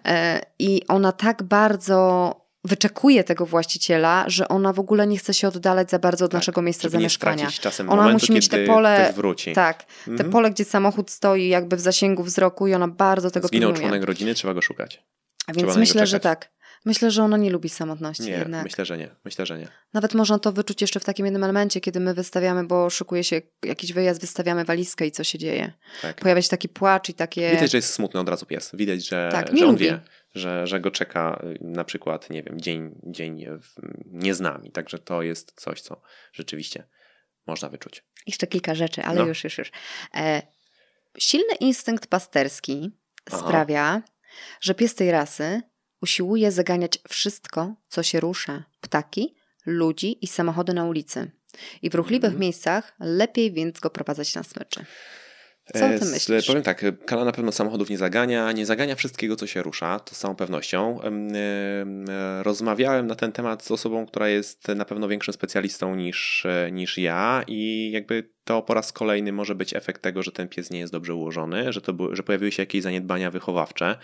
I ona tak bardzo wyczekuje tego właściciela, że ona w ogóle nie chce się oddalać za bardzo od naszego miejsca zamieszkania. Ona musi mieć te pole, wróci. Tak, te pole, gdzie samochód stoi jakby w zasięgu wzroku i ona bardzo tego pilnuje. Zginął członek rodziny, trzeba go szukać. A więc myślę, że tak. Myślę, że ona nie lubi samotności jednak. Myślę, że nie. Nawet można to wyczuć jeszcze w takim jednym elemencie, kiedy my wystawiamy, bo szykuje się jakiś wyjazd, wystawiamy walizkę i co się dzieje. Tak. Pojawia się taki płacz i takie... Widać, że jest smutny od razu pies. Widać, że on wie, że go czeka na przykład, nie wiem, dzień nie z nami. Także to jest coś, co rzeczywiście można wyczuć. Jeszcze kilka rzeczy, ale już. Silny instynkt pasterski sprawia, że pies tej rasy usiłuje zaganiać wszystko, co się rusza. Ptaki, ludzi i samochody na ulicy. I w ruchliwych miejscach lepiej więc go prowadzać na smyczy. Co o tym myślisz? Powiem tak, Kala na pewno samochodów nie zagania wszystkiego, co się rusza, to z całą pewnością. Rozmawiałem na ten temat z osobą, która jest na pewno większym specjalistą niż ja i jakby to po raz kolejny może być efekt tego, że ten pies nie jest dobrze ułożony, że pojawiły się jakieś zaniedbania wychowawcze,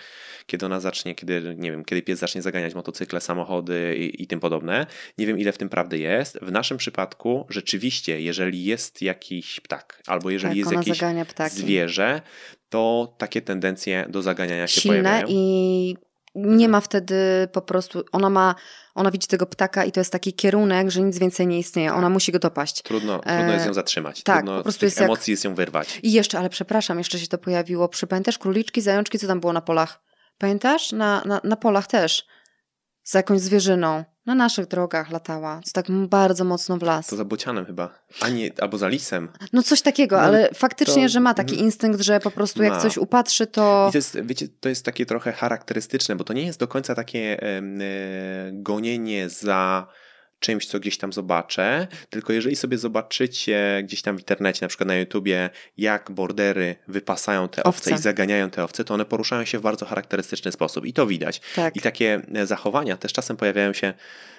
kiedy pies zacznie zaganiać motocykle, samochody i tym podobne. Nie wiem, ile w tym prawdy jest. W naszym przypadku rzeczywiście, jeżeli jest jakiś ptak, albo jeżeli jest jakieś zwierzę, to takie tendencje do zaganiania się pojawiają. I nie ma wtedy po prostu, ona widzi tego ptaka i to jest taki kierunek, że nic więcej nie istnieje. Ona musi go dopaść. Trudno jest ją zatrzymać. Tak, trudno po prostu z tych emocji jest ją wyrwać. I jeszcze, ale przepraszam, jeszcze się to pojawiło. Pamiętasz króliczki, zajączki, co tam było na polach? Pamiętasz? Na polach też. za jakąś zwierzyną. Na naszych drogach latała. To tak bardzo mocno w las. To za bocianem chyba. Albo za lisem. No coś takiego, No, ale faktycznie, to- że ma taki instynkt, że po prostu jak Ma. coś upatrzy, to... I to jest, wiecie, to jest takie trochę charakterystyczne, bo to nie jest do końca takie gonienie za czymś, co gdzieś tam zobaczę, tylko jeżeli sobie zobaczycie gdzieś tam w internecie, na przykład na YouTubie, jak bordery wypasają te owce i zaganiają te owce, to one poruszają się w bardzo charakterystyczny sposób i to widać. Tak. I takie zachowania też czasem pojawiają się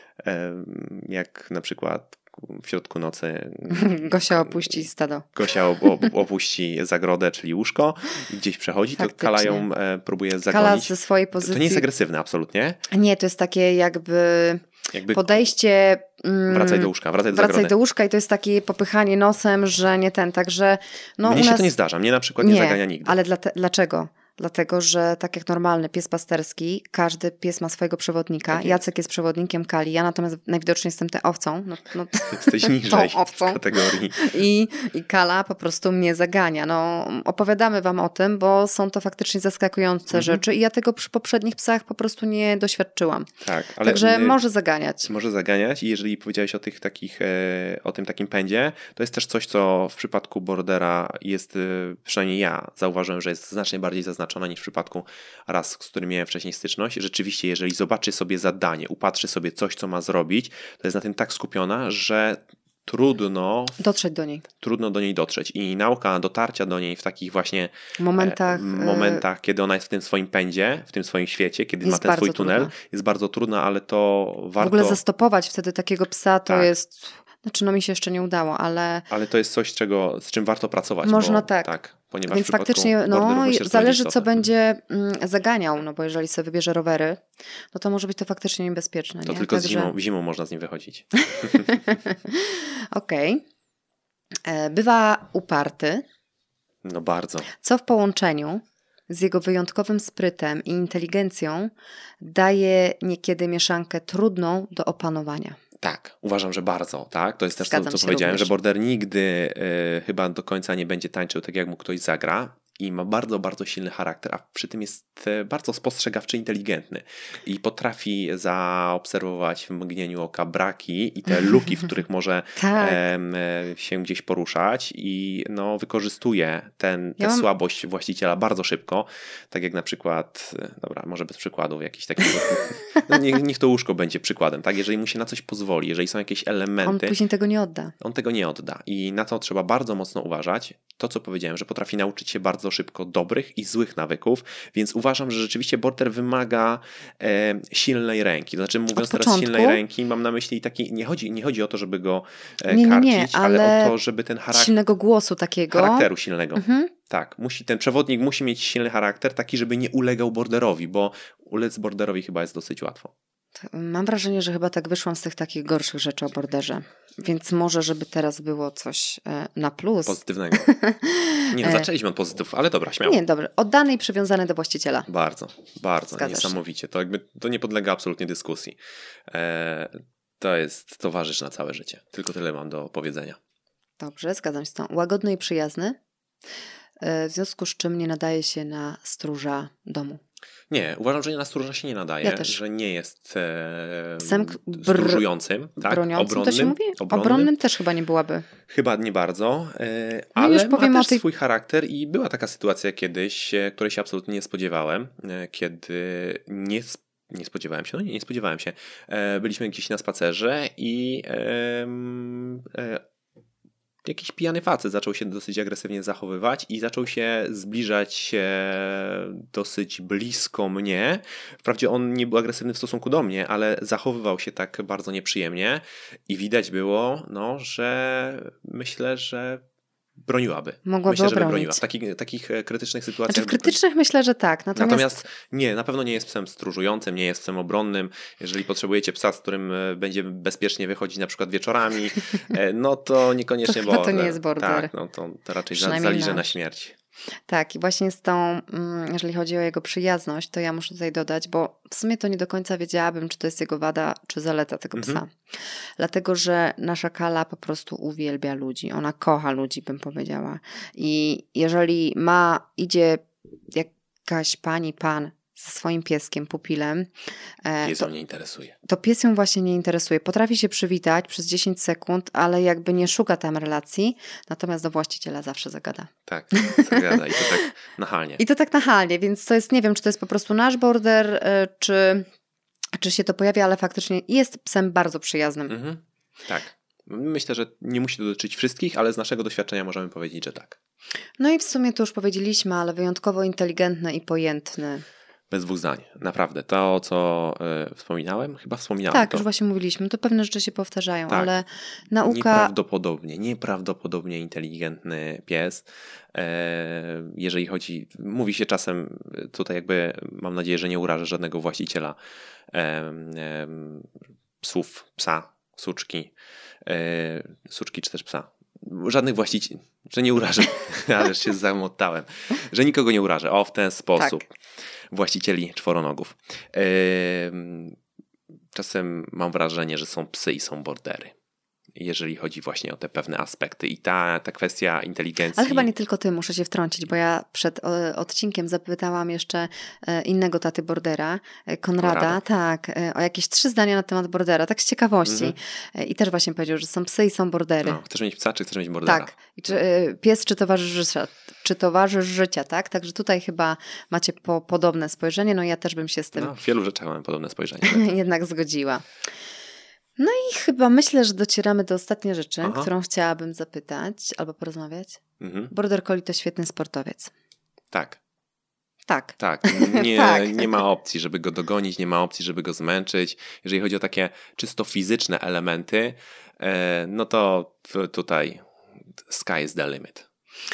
jak na przykład w środku nocy Gosia opuści stado. Gosia opuści zagrodę, czyli łóżko i gdzieś przechodzi, to Faktycznie. Kala ją próbuje Kala zagonić. ze swojej pozycji... To nie jest agresywne, absolutnie. Nie, to jest takie jakby Jakby podejście... wracaj do łóżka, wracaj do Wracaj zagrody. do łóżka i to jest takie popychanie nosem, że nie ten, także... No, Mnie u się nas... to nie zdarza, mnie na przykład nie zagania nigdy. Ale dlaczego? Dlatego, że tak jak normalny pies pasterski, każdy pies ma swojego przewodnika. Tak jest. Jacek jest przewodnikiem Kali, ja natomiast najwidoczniej jestem tę owcą. Jesteś niżej tą owcą. kategorii. I Kala po prostu mnie zagania. No, opowiadamy wam o tym, bo są to faktycznie zaskakujące rzeczy i ja tego przy poprzednich psach po prostu nie doświadczyłam. Tak, ale Także może zaganiać. Może zaganiać i jeżeli powiedziałeś o tych takich, o tym takim pędzie, to jest też coś, co w przypadku bordera jest, przynajmniej ja zauważyłem, że jest znacznie bardziej zaznaczone niż w przypadku ras, z którymi miałem wcześniej styczność. Rzeczywiście, jeżeli zobaczy sobie zadanie, upatrzy sobie coś, co ma zrobić, to jest na tym tak skupiona, że trudno dotrzeć do niej. Trudno do niej dotrzeć i nauka dotarcia do niej w takich właśnie momentach, kiedy ona jest w tym swoim pędzie, w tym swoim świecie, kiedy jest ma ten swój bardzo tunel, trudna. jest bardzo trudna, ale to warto... W ogóle zastopować wtedy takiego psa to Tak. jest... Znaczy, no mi się jeszcze nie udało, ale... Ale to jest coś, z czym warto pracować. Można bo, tak. Ponieważ Więc w przypadku faktycznie borderów myślę, że to zależy, będzie co istotne. będzie zaganiał, no bo jeżeli sobie wybierze rowery, no to może być to faktycznie niebezpieczne. To nie? tylko Także... zimą można z nim wychodzić. Okej. Bywa uparty, No bardzo. co w połączeniu z jego wyjątkowym sprytem i inteligencją daje niekiedy mieszankę trudną do opanowania. Tak, uważam, że bardzo, tak? To jest też to, Zgadzam co się powiedziałem, również. że border nigdy chyba do końca nie będzie tańczył tak, jak mu ktoś zagra i ma bardzo, bardzo silny charakter, a przy tym jest bardzo spostrzegawczy, inteligentny i potrafi zaobserwować w mgnieniu oka braki i te luki, w których może Tak. się gdzieś poruszać i no, wykorzystuje tę Ja mam- słabość właściciela bardzo szybko, tak jak na przykład, dobra, może bez przykładów jakiś taki, no, niech to łóżko będzie przykładem, tak? Jeżeli mu się na coś pozwoli, jeżeli są jakieś On elementy, później tego nie odda. on tego nie odda i na to trzeba bardzo mocno uważać. To, co powiedziałem, że potrafi nauczyć się bardzo szybko dobrych i złych nawyków, więc uważam, że rzeczywiście border wymaga silnej ręki. To znaczy, mówiąc teraz początku? silnej ręki, mam na myśli taki, nie chodzi o to, żeby go Nie, karcić, ale ale o to, żeby ten Silnego głosu takiego. charakteru silnego. Mhm. Tak, ten przewodnik musi mieć silny charakter, taki, żeby nie ulegał borderowi, bo ulec borderowi chyba jest dosyć łatwo. Mam wrażenie, że chyba tak wyszłam z tych takich gorszych rzeczy o borderze. Więc może, żeby teraz było coś na plus. Pozytywnego. Nie, zaczęliśmy od pozytywów, ale dobra, śmiało. Nie, dobrze. Oddany i przywiązany do właściciela. Bardzo, bardzo, Zgadzasz się. niesamowicie. To nie podlega absolutnie dyskusji. To jest towarzysz na całe życie. Tylko tyle mam do powiedzenia. Dobrze, zgadzam się z tą. Łagodny i przyjazny. W związku z czym nie nadaje się na stróża domu. Nie, uważam, że na stróża się nie nadaje, Ja też. że nie jest Psem stróżującym, tak? broniącym to się mówi? Obronnym też chyba nie byłaby. Chyba nie bardzo, już ale powiem ma o też tej- swój charakter i była taka sytuacja kiedyś, której się absolutnie nie spodziewałem, kiedy nie spodziewałem się, nie spodziewałem się. Byliśmy gdzieś na spacerze i jakiś pijany facet zaczął się dosyć agresywnie zachowywać i zaczął się zbliżać dosyć blisko mnie. Wprawdzie on nie był agresywny w stosunku do mnie, ale zachowywał się tak bardzo nieprzyjemnie i widać było, no, że myślę, że broniłaby. Mogłaby Myślę, że by obronić. broniła. W takich krytycznych sytuacjach. Znaczy w krytycznych myślę, że tak. Natomiast nie, na pewno nie jest psem stróżującym, nie jest psem obronnym. Jeżeli potrzebujecie psa, z którym będzie bezpiecznie wychodzić na przykład wieczorami, no to niekoniecznie To chyba to border. nie jest border. Tak, no to raczej Przynajmniej zaliże nasz. na śmierć. Tak, i właśnie z tą, jeżeli chodzi o jego przyjazność, to ja muszę tutaj dodać, bo w sumie to nie do końca wiedziałabym, czy to jest jego wada, czy zaleta tego psa. Dlatego, że nasza Kala po prostu uwielbia ludzi. Ona kocha ludzi, bym powiedziała. I jeżeli idzie jakaś pani, pan ze swoim pieskiem, pupilem. Pies ją nie interesuje. To pies ją właśnie nie interesuje. Potrafi się przywitać przez 10 sekund, ale jakby nie szuka tam relacji, natomiast do właściciela zawsze zagada. Tak, zagada i to tak nachalnie. I to tak nachalnie, więc to jest, nie wiem, czy to jest po prostu nasz border, czy się to pojawia, ale faktycznie jest psem bardzo przyjaznym. Mhm. Tak. Myślę, że nie musi to dotyczyć wszystkich, ale z naszego doświadczenia możemy powiedzieć, że tak. No i w sumie to już powiedzieliśmy, ale wyjątkowo inteligentny i pojętny. Bez dwóch zdań. Naprawdę. To, co wspominałem, chyba wspominałem. Tak, to. już właśnie mówiliśmy. To pewne rzeczy się powtarzają, Tak. ale nauka... Nieprawdopodobnie inteligentny pies. Jeżeli chodzi... Mówi się czasem, tutaj jakby mam nadzieję, że nie urażę żadnego właściciela psa, suczki czy też psa. Żadnych właścicieli, że nie urażę, ale się zamotałem, że nikogo nie urażę. O, w ten sposób. Tak. Właścicieli czworonogów. Czasem mam wrażenie, że są psy i są bordery. Jeżeli chodzi właśnie o te pewne aspekty. I ta kwestia inteligencji... Ale chyba nie tylko ty, muszę się wtrącić, bo ja przed odcinkiem zapytałam jeszcze innego taty bordera, Konrada, tak, o jakieś 3 zdania na temat bordera, tak z ciekawości. I też właśnie powiedział, że są psy i są bordery. No, chcesz mieć psa, czy chcesz mieć bordera? Tak. I pies czy towarzysz życia, tak? Także tutaj chyba macie podobne spojrzenie, no ja też bym się z tym w wielu rzeczach mamy podobne spojrzenie. jednak zgodziła. No i chyba myślę, że docieramy do ostatniej rzeczy, Aha. którą chciałabym zapytać albo porozmawiać. Mhm. Border Collie to świetny sportowiec. Tak. Tak. Tak, Tak. nie ma opcji, żeby go dogonić, nie ma opcji, żeby go zmęczyć. Jeżeli chodzi o takie czysto fizyczne elementy, no to tutaj sky is the limit.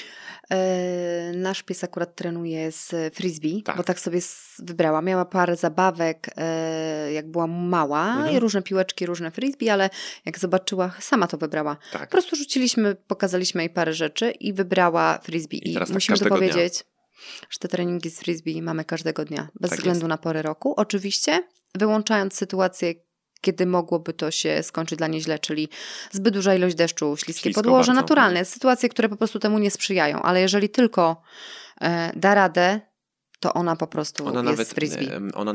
Nasz pies akurat trenuje z frisbee, Tak. bo tak sobie wybrała. Miała parę zabawek, jak była mała, i różne piłeczki, różne frisbee, ale jak zobaczyła, sama to wybrała. Tak. Po prostu pokazaliśmy jej parę rzeczy i wybrała frisbee. I teraz tak musimy to każdego dnia. powiedzieć, że te treningi z frisbee mamy każdego dnia, bez Tak względu jest. na porę roku. Oczywiście, wyłączając sytuację, kiedy mogłoby to się skończyć dla niej źle, czyli zbyt duża ilość deszczu, śliskie Ślisko podłoże, bardzo. naturalne sytuacje, które po prostu temu nie sprzyjają, ale jeżeli tylko da radę, to ona po prostu jest z frisbee.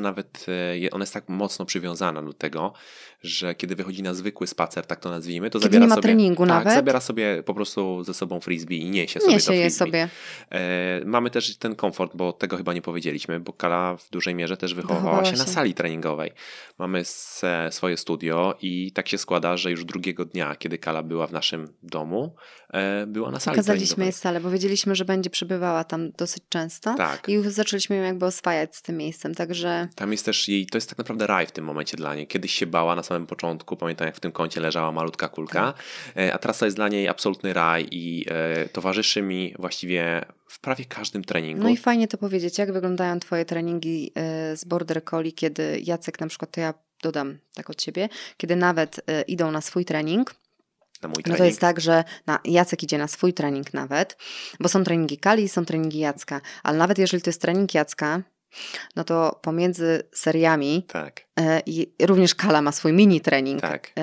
Ona jest tak mocno przywiązana do tego, że kiedy wychodzi na zwykły spacer, tak to nazwijmy, to Kiedy nie ma treningu nawet? zabiera sobie po prostu ze sobą frisbee i niesie sobie to je frisbee. sobie. Mamy też ten komfort, bo tego chyba nie powiedzieliśmy, bo Kala w dużej mierze też wychowała się na sali treningowej. Mamy swoje studio i tak się składa, że już drugiego dnia, kiedy Kala była w naszym domu, była na sali Pokazaliśmy treningowej. jej salę, bo wiedzieliśmy, że będzie przebywała tam dosyć często. Tak. I już zaczęliśmy ją jakby oswajać z tym miejscem, także... Tam jest też to jest tak naprawdę raj w tym momencie dla niej. Kiedyś się bała na samym początku, pamiętam jak w tym kącie leżała malutka kulka, a teraz to jest dla niej absolutny raj i towarzyszy mi właściwie w prawie każdym treningu. No i fajnie to powiedzieć, jak wyglądają twoje treningi z Border Collie, kiedy Jacek na przykład, to ja dodam tak od siebie, kiedy nawet idą na swój trening. Na mój No trening. to jest tak, że Jacek idzie na swój trening nawet, bo są treningi Kali i są treningi Jacka, ale nawet jeżeli to jest trening Jacka, no to pomiędzy seriami Tak. i również Kala ma swój mini trening. Tak.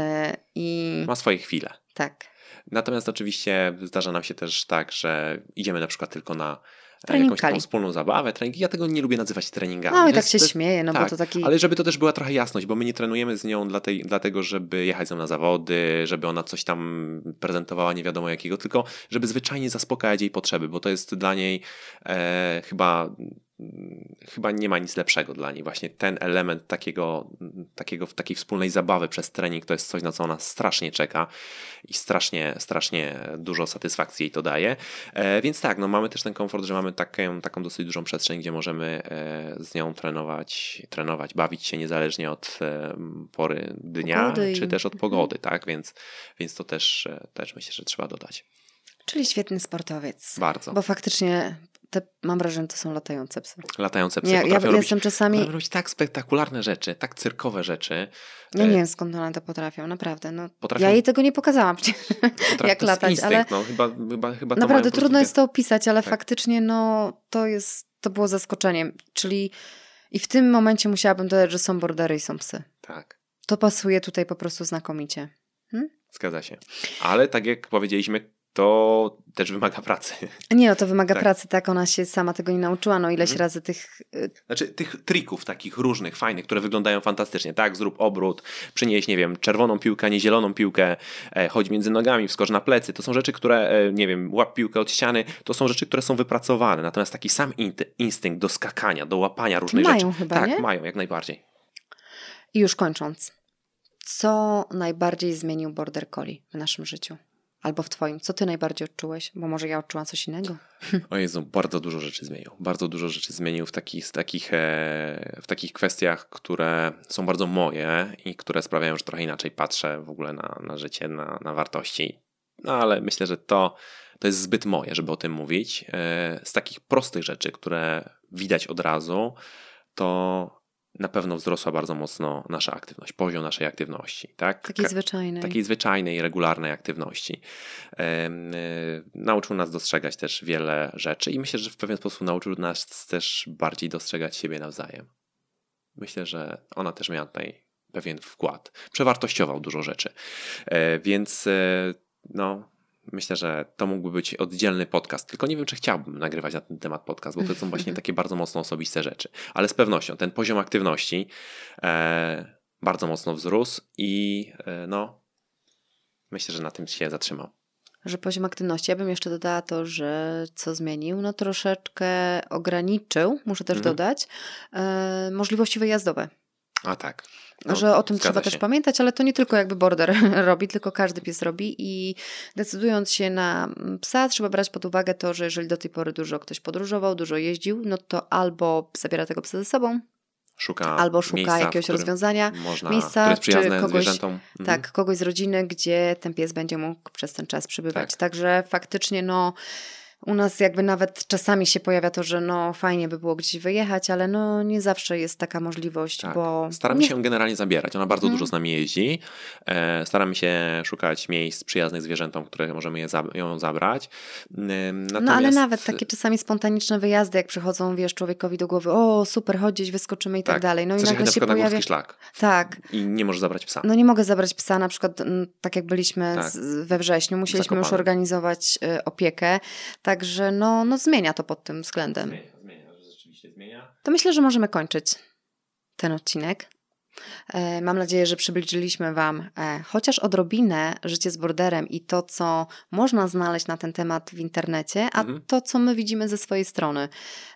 I Ma swoje chwile. tak. Natomiast oczywiście zdarza nam się też tak, że idziemy na przykład tylko na Trening jakąś taką Kali. wspólną zabawę. Ja tego nie lubię nazywać treningami. No i To tak jest- się to jest- śmieję, no tak, bo to taki... Ale żeby to też była trochę jasność, bo my nie trenujemy z nią dlatego, żeby jechać z nią na zawody, żeby ona coś tam prezentowała nie wiadomo jakiego, tylko żeby zwyczajnie zaspokajać jej potrzeby, bo to jest dla niej chyba nie ma nic lepszego dla niej. Właśnie ten element takiej wspólnej zabawy przez trening to jest coś, na co ona strasznie czeka i strasznie dużo satysfakcji jej to daje. Więc tak, no mamy też ten komfort, że mamy taką dosyć dużą przestrzeń, gdzie możemy z nią trenować, bawić się niezależnie od pory dnia, Pogody czy i- też od pogody, tak? Więc to też myślę, że trzeba dodać. Czyli świetny sportowiec. Bardzo. Bo faktycznie mam wrażenie, że to są latające psy. Latające psy Ja potrafią robić, jestem czasami... robić tak spektakularne rzeczy, tak cyrkowe rzeczy. Ja nie wiem, skąd one to potrafią, naprawdę. No, Potrafią- ja jej tego nie pokazałam przecież, jak To jest latać, instynkt, ale no, chyba to mają naprawdę po prostu trudno jest to opisać, ale Tak. faktycznie no, to było zaskoczeniem. Czyli i w tym momencie musiałabym dodać, że są bordery i są psy. Tak, To pasuje tutaj po prostu znakomicie. zgadza się. Ale tak jak powiedzieliśmy, to też wymaga pracy. Nie, no to wymaga Tak. pracy, tak, ona się sama tego nie nauczyła, no ileś razy tych... Znaczy tych trików takich różnych, fajnych, które wyglądają fantastycznie, tak, zrób obrót, przynieś, nie wiem, czerwoną piłkę, a nie zieloną piłkę, chodź między nogami, wskocz na plecy, to są rzeczy, które, nie wiem, łap piłkę od ściany, to są rzeczy, które są wypracowane, natomiast taki sam instynkt do skakania, do łapania różnych rzeczy. Mają chyba, tak, nie? mają, jak najbardziej. I już kończąc, co najbardziej zmienił Border Collie w naszym życiu? Albo w twoim? Co ty najbardziej odczułeś? Bo może ja odczułam coś innego. O Jezu, bardzo dużo rzeczy zmienił. Bardzo dużo rzeczy zmienił w takich kwestiach, które są bardzo moje i które sprawiają, że trochę inaczej patrzę w ogóle na życie, na wartości. No ale myślę, że to jest zbyt moje, żeby o tym mówić. Z takich prostych rzeczy, które widać od razu, to na pewno wzrosła bardzo mocno nasza aktywność, poziom naszej aktywności. Tak? Takiej zwyczajnej, regularnej aktywności. Nauczył nas dostrzegać też wiele rzeczy i myślę, że w pewien sposób nauczył nas też bardziej dostrzegać siebie nawzajem. Myślę, że ona też miała tutaj pewien wkład. Przewartościował dużo rzeczy. Więc myślę, że to mógłby być oddzielny podcast. Tylko nie wiem, czy chciałbym nagrywać na ten temat podcast, bo to są właśnie takie bardzo mocno osobiste rzeczy. Ale z pewnością ten poziom aktywności bardzo mocno wzrósł i myślę, że na tym się zatrzymał. Że poziom aktywności. Ja bym jeszcze dodała to, że co zmienił? No troszeczkę ograniczył, muszę też dodać, możliwości wyjazdowe. A tak. Że o tym trzeba też pamiętać, ale to nie tylko jakby Border robi, tylko każdy pies robi i decydując się na psa, trzeba brać pod uwagę to, że jeżeli do tej pory dużo ktoś podróżował, dużo jeździł, no to albo zabiera tego psa ze sobą, albo szuka miejsca, jakiegoś rozwiązania, które jest przyjazne czy kogoś, zwierzętom. tak, kogoś z rodziny, gdzie ten pies będzie mógł przez ten czas przebywać. Tak. Także faktycznie u nas jakby nawet czasami się pojawia to, że fajnie by było gdzieś wyjechać, ale nie zawsze jest taka możliwość, tak. bo... Staramy się ją generalnie zabierać. Ona bardzo dużo z nami jeździ. Staramy się szukać miejsc przyjaznych zwierzętom, które możemy ją zabrać. Natomiast... ale nawet takie czasami spontaniczne wyjazdy, jak przychodzą, człowiekowi do głowy, o super, chodź gdzieś, wyskoczymy i tak dalej. No chcesz i nagle się pojawia... na górski szlak. Tak. I nie możesz zabrać psa. Nie mogę zabrać psa, na przykład tak jak byliśmy we wrześniu, musieliśmy już organizować opiekę. Także zmienia to pod tym względem. Zmienia, rzeczywiście zmienia. To myślę, że możemy kończyć ten odcinek. Mam nadzieję, że przybliżyliśmy Wam chociaż odrobinę życie z borderem i to, co można znaleźć na ten temat w internecie, a to, co my widzimy ze swojej strony.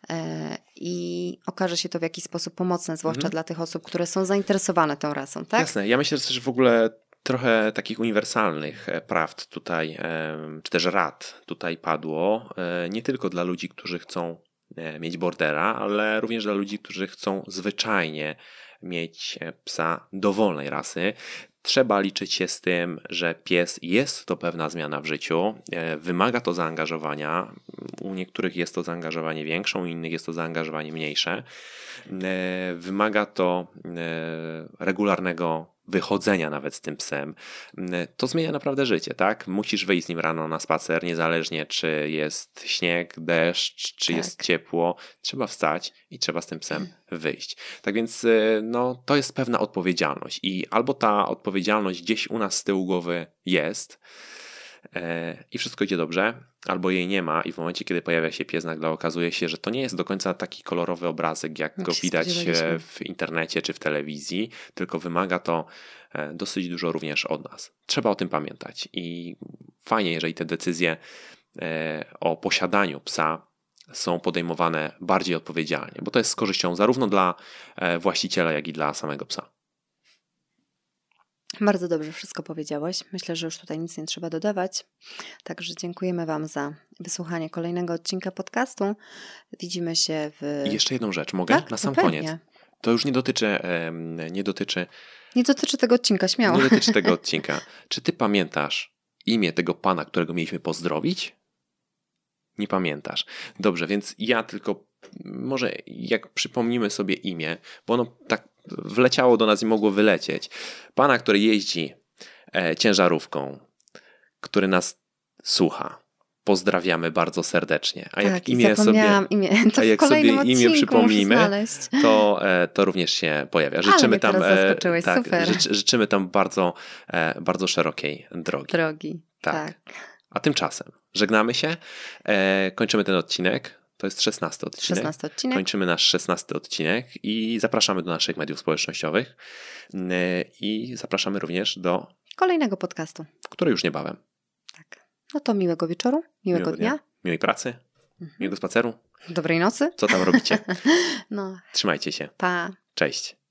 I okaże się to w jakiś sposób pomocne, zwłaszcza dla tych osób, które są zainteresowane tą rasą, tak? Jasne. Ja myślę, że też w ogóle trochę takich uniwersalnych prawd tutaj, czy też rad tutaj padło, nie tylko dla ludzi, którzy chcą mieć bordera, ale również dla ludzi, którzy chcą zwyczajnie mieć psa dowolnej rasy. Trzeba liczyć się z tym, że pies jest to pewna zmiana w życiu, wymaga to zaangażowania. U niektórych jest to zaangażowanie większe, u innych jest to zaangażowanie mniejsze. Wymaga to regularnego wychodzenia nawet z tym psem. To zmienia naprawdę życie, tak? Musisz wyjść z nim rano na spacer, niezależnie czy jest śnieg, deszcz, czy jest ciepło. Trzeba wstać i trzeba z tym psem wyjść. Tak więc to jest pewna odpowiedzialność i albo ta odpowiedzialność gdzieś u nas z tyłu głowy jest i wszystko idzie dobrze, albo jej nie ma i w momencie, kiedy pojawia się pies, nagle okazuje się, że to nie jest do końca taki kolorowy obrazek, jak go widać w internecie czy w telewizji, tylko wymaga to dosyć dużo również od nas. Trzeba o tym pamiętać i fajnie, jeżeli te decyzje o posiadaniu psa są podejmowane bardziej odpowiedzialnie, bo to jest z korzyścią zarówno dla właściciela, jak i dla samego psa. Bardzo dobrze wszystko powiedziałeś. Myślę, że już tutaj nic nie trzeba dodawać. Także dziękujemy Wam za wysłuchanie kolejnego odcinka podcastu. Widzimy się w... I jeszcze jedną rzecz, mogę? Tak? Na sam koniec. To już nie dotyczy tego odcinka, śmiało. Nie dotyczy tego odcinka. Czy ty pamiętasz imię tego pana, którego mieliśmy pozdrowić? Nie pamiętasz. Dobrze, więc ja tylko może jak przypomnimy sobie imię, bo ono tak wleciało do nas i mogło wylecieć. Pana, który jeździ ciężarówką, który nas słucha. Pozdrawiamy bardzo serdecznie. A jak imię sobie przypomnimy, to również się pojawia. Życzymy tam, super. Życzymy tam bardzo, bardzo szerokiej drogi. Tak. A tymczasem żegnamy się, kończymy ten odcinek. To jest 16 odcinek. 16 odcinek. Kończymy nasz 16 odcinek i zapraszamy do naszych mediów społecznościowych i zapraszamy również do kolejnego podcastu, który już niebawem. Tak. No to miłego wieczoru, miłego dnia. Miłej pracy, miłego spaceru. Dobrej nocy. Co tam robicie? No. Trzymajcie się. Pa. Cześć.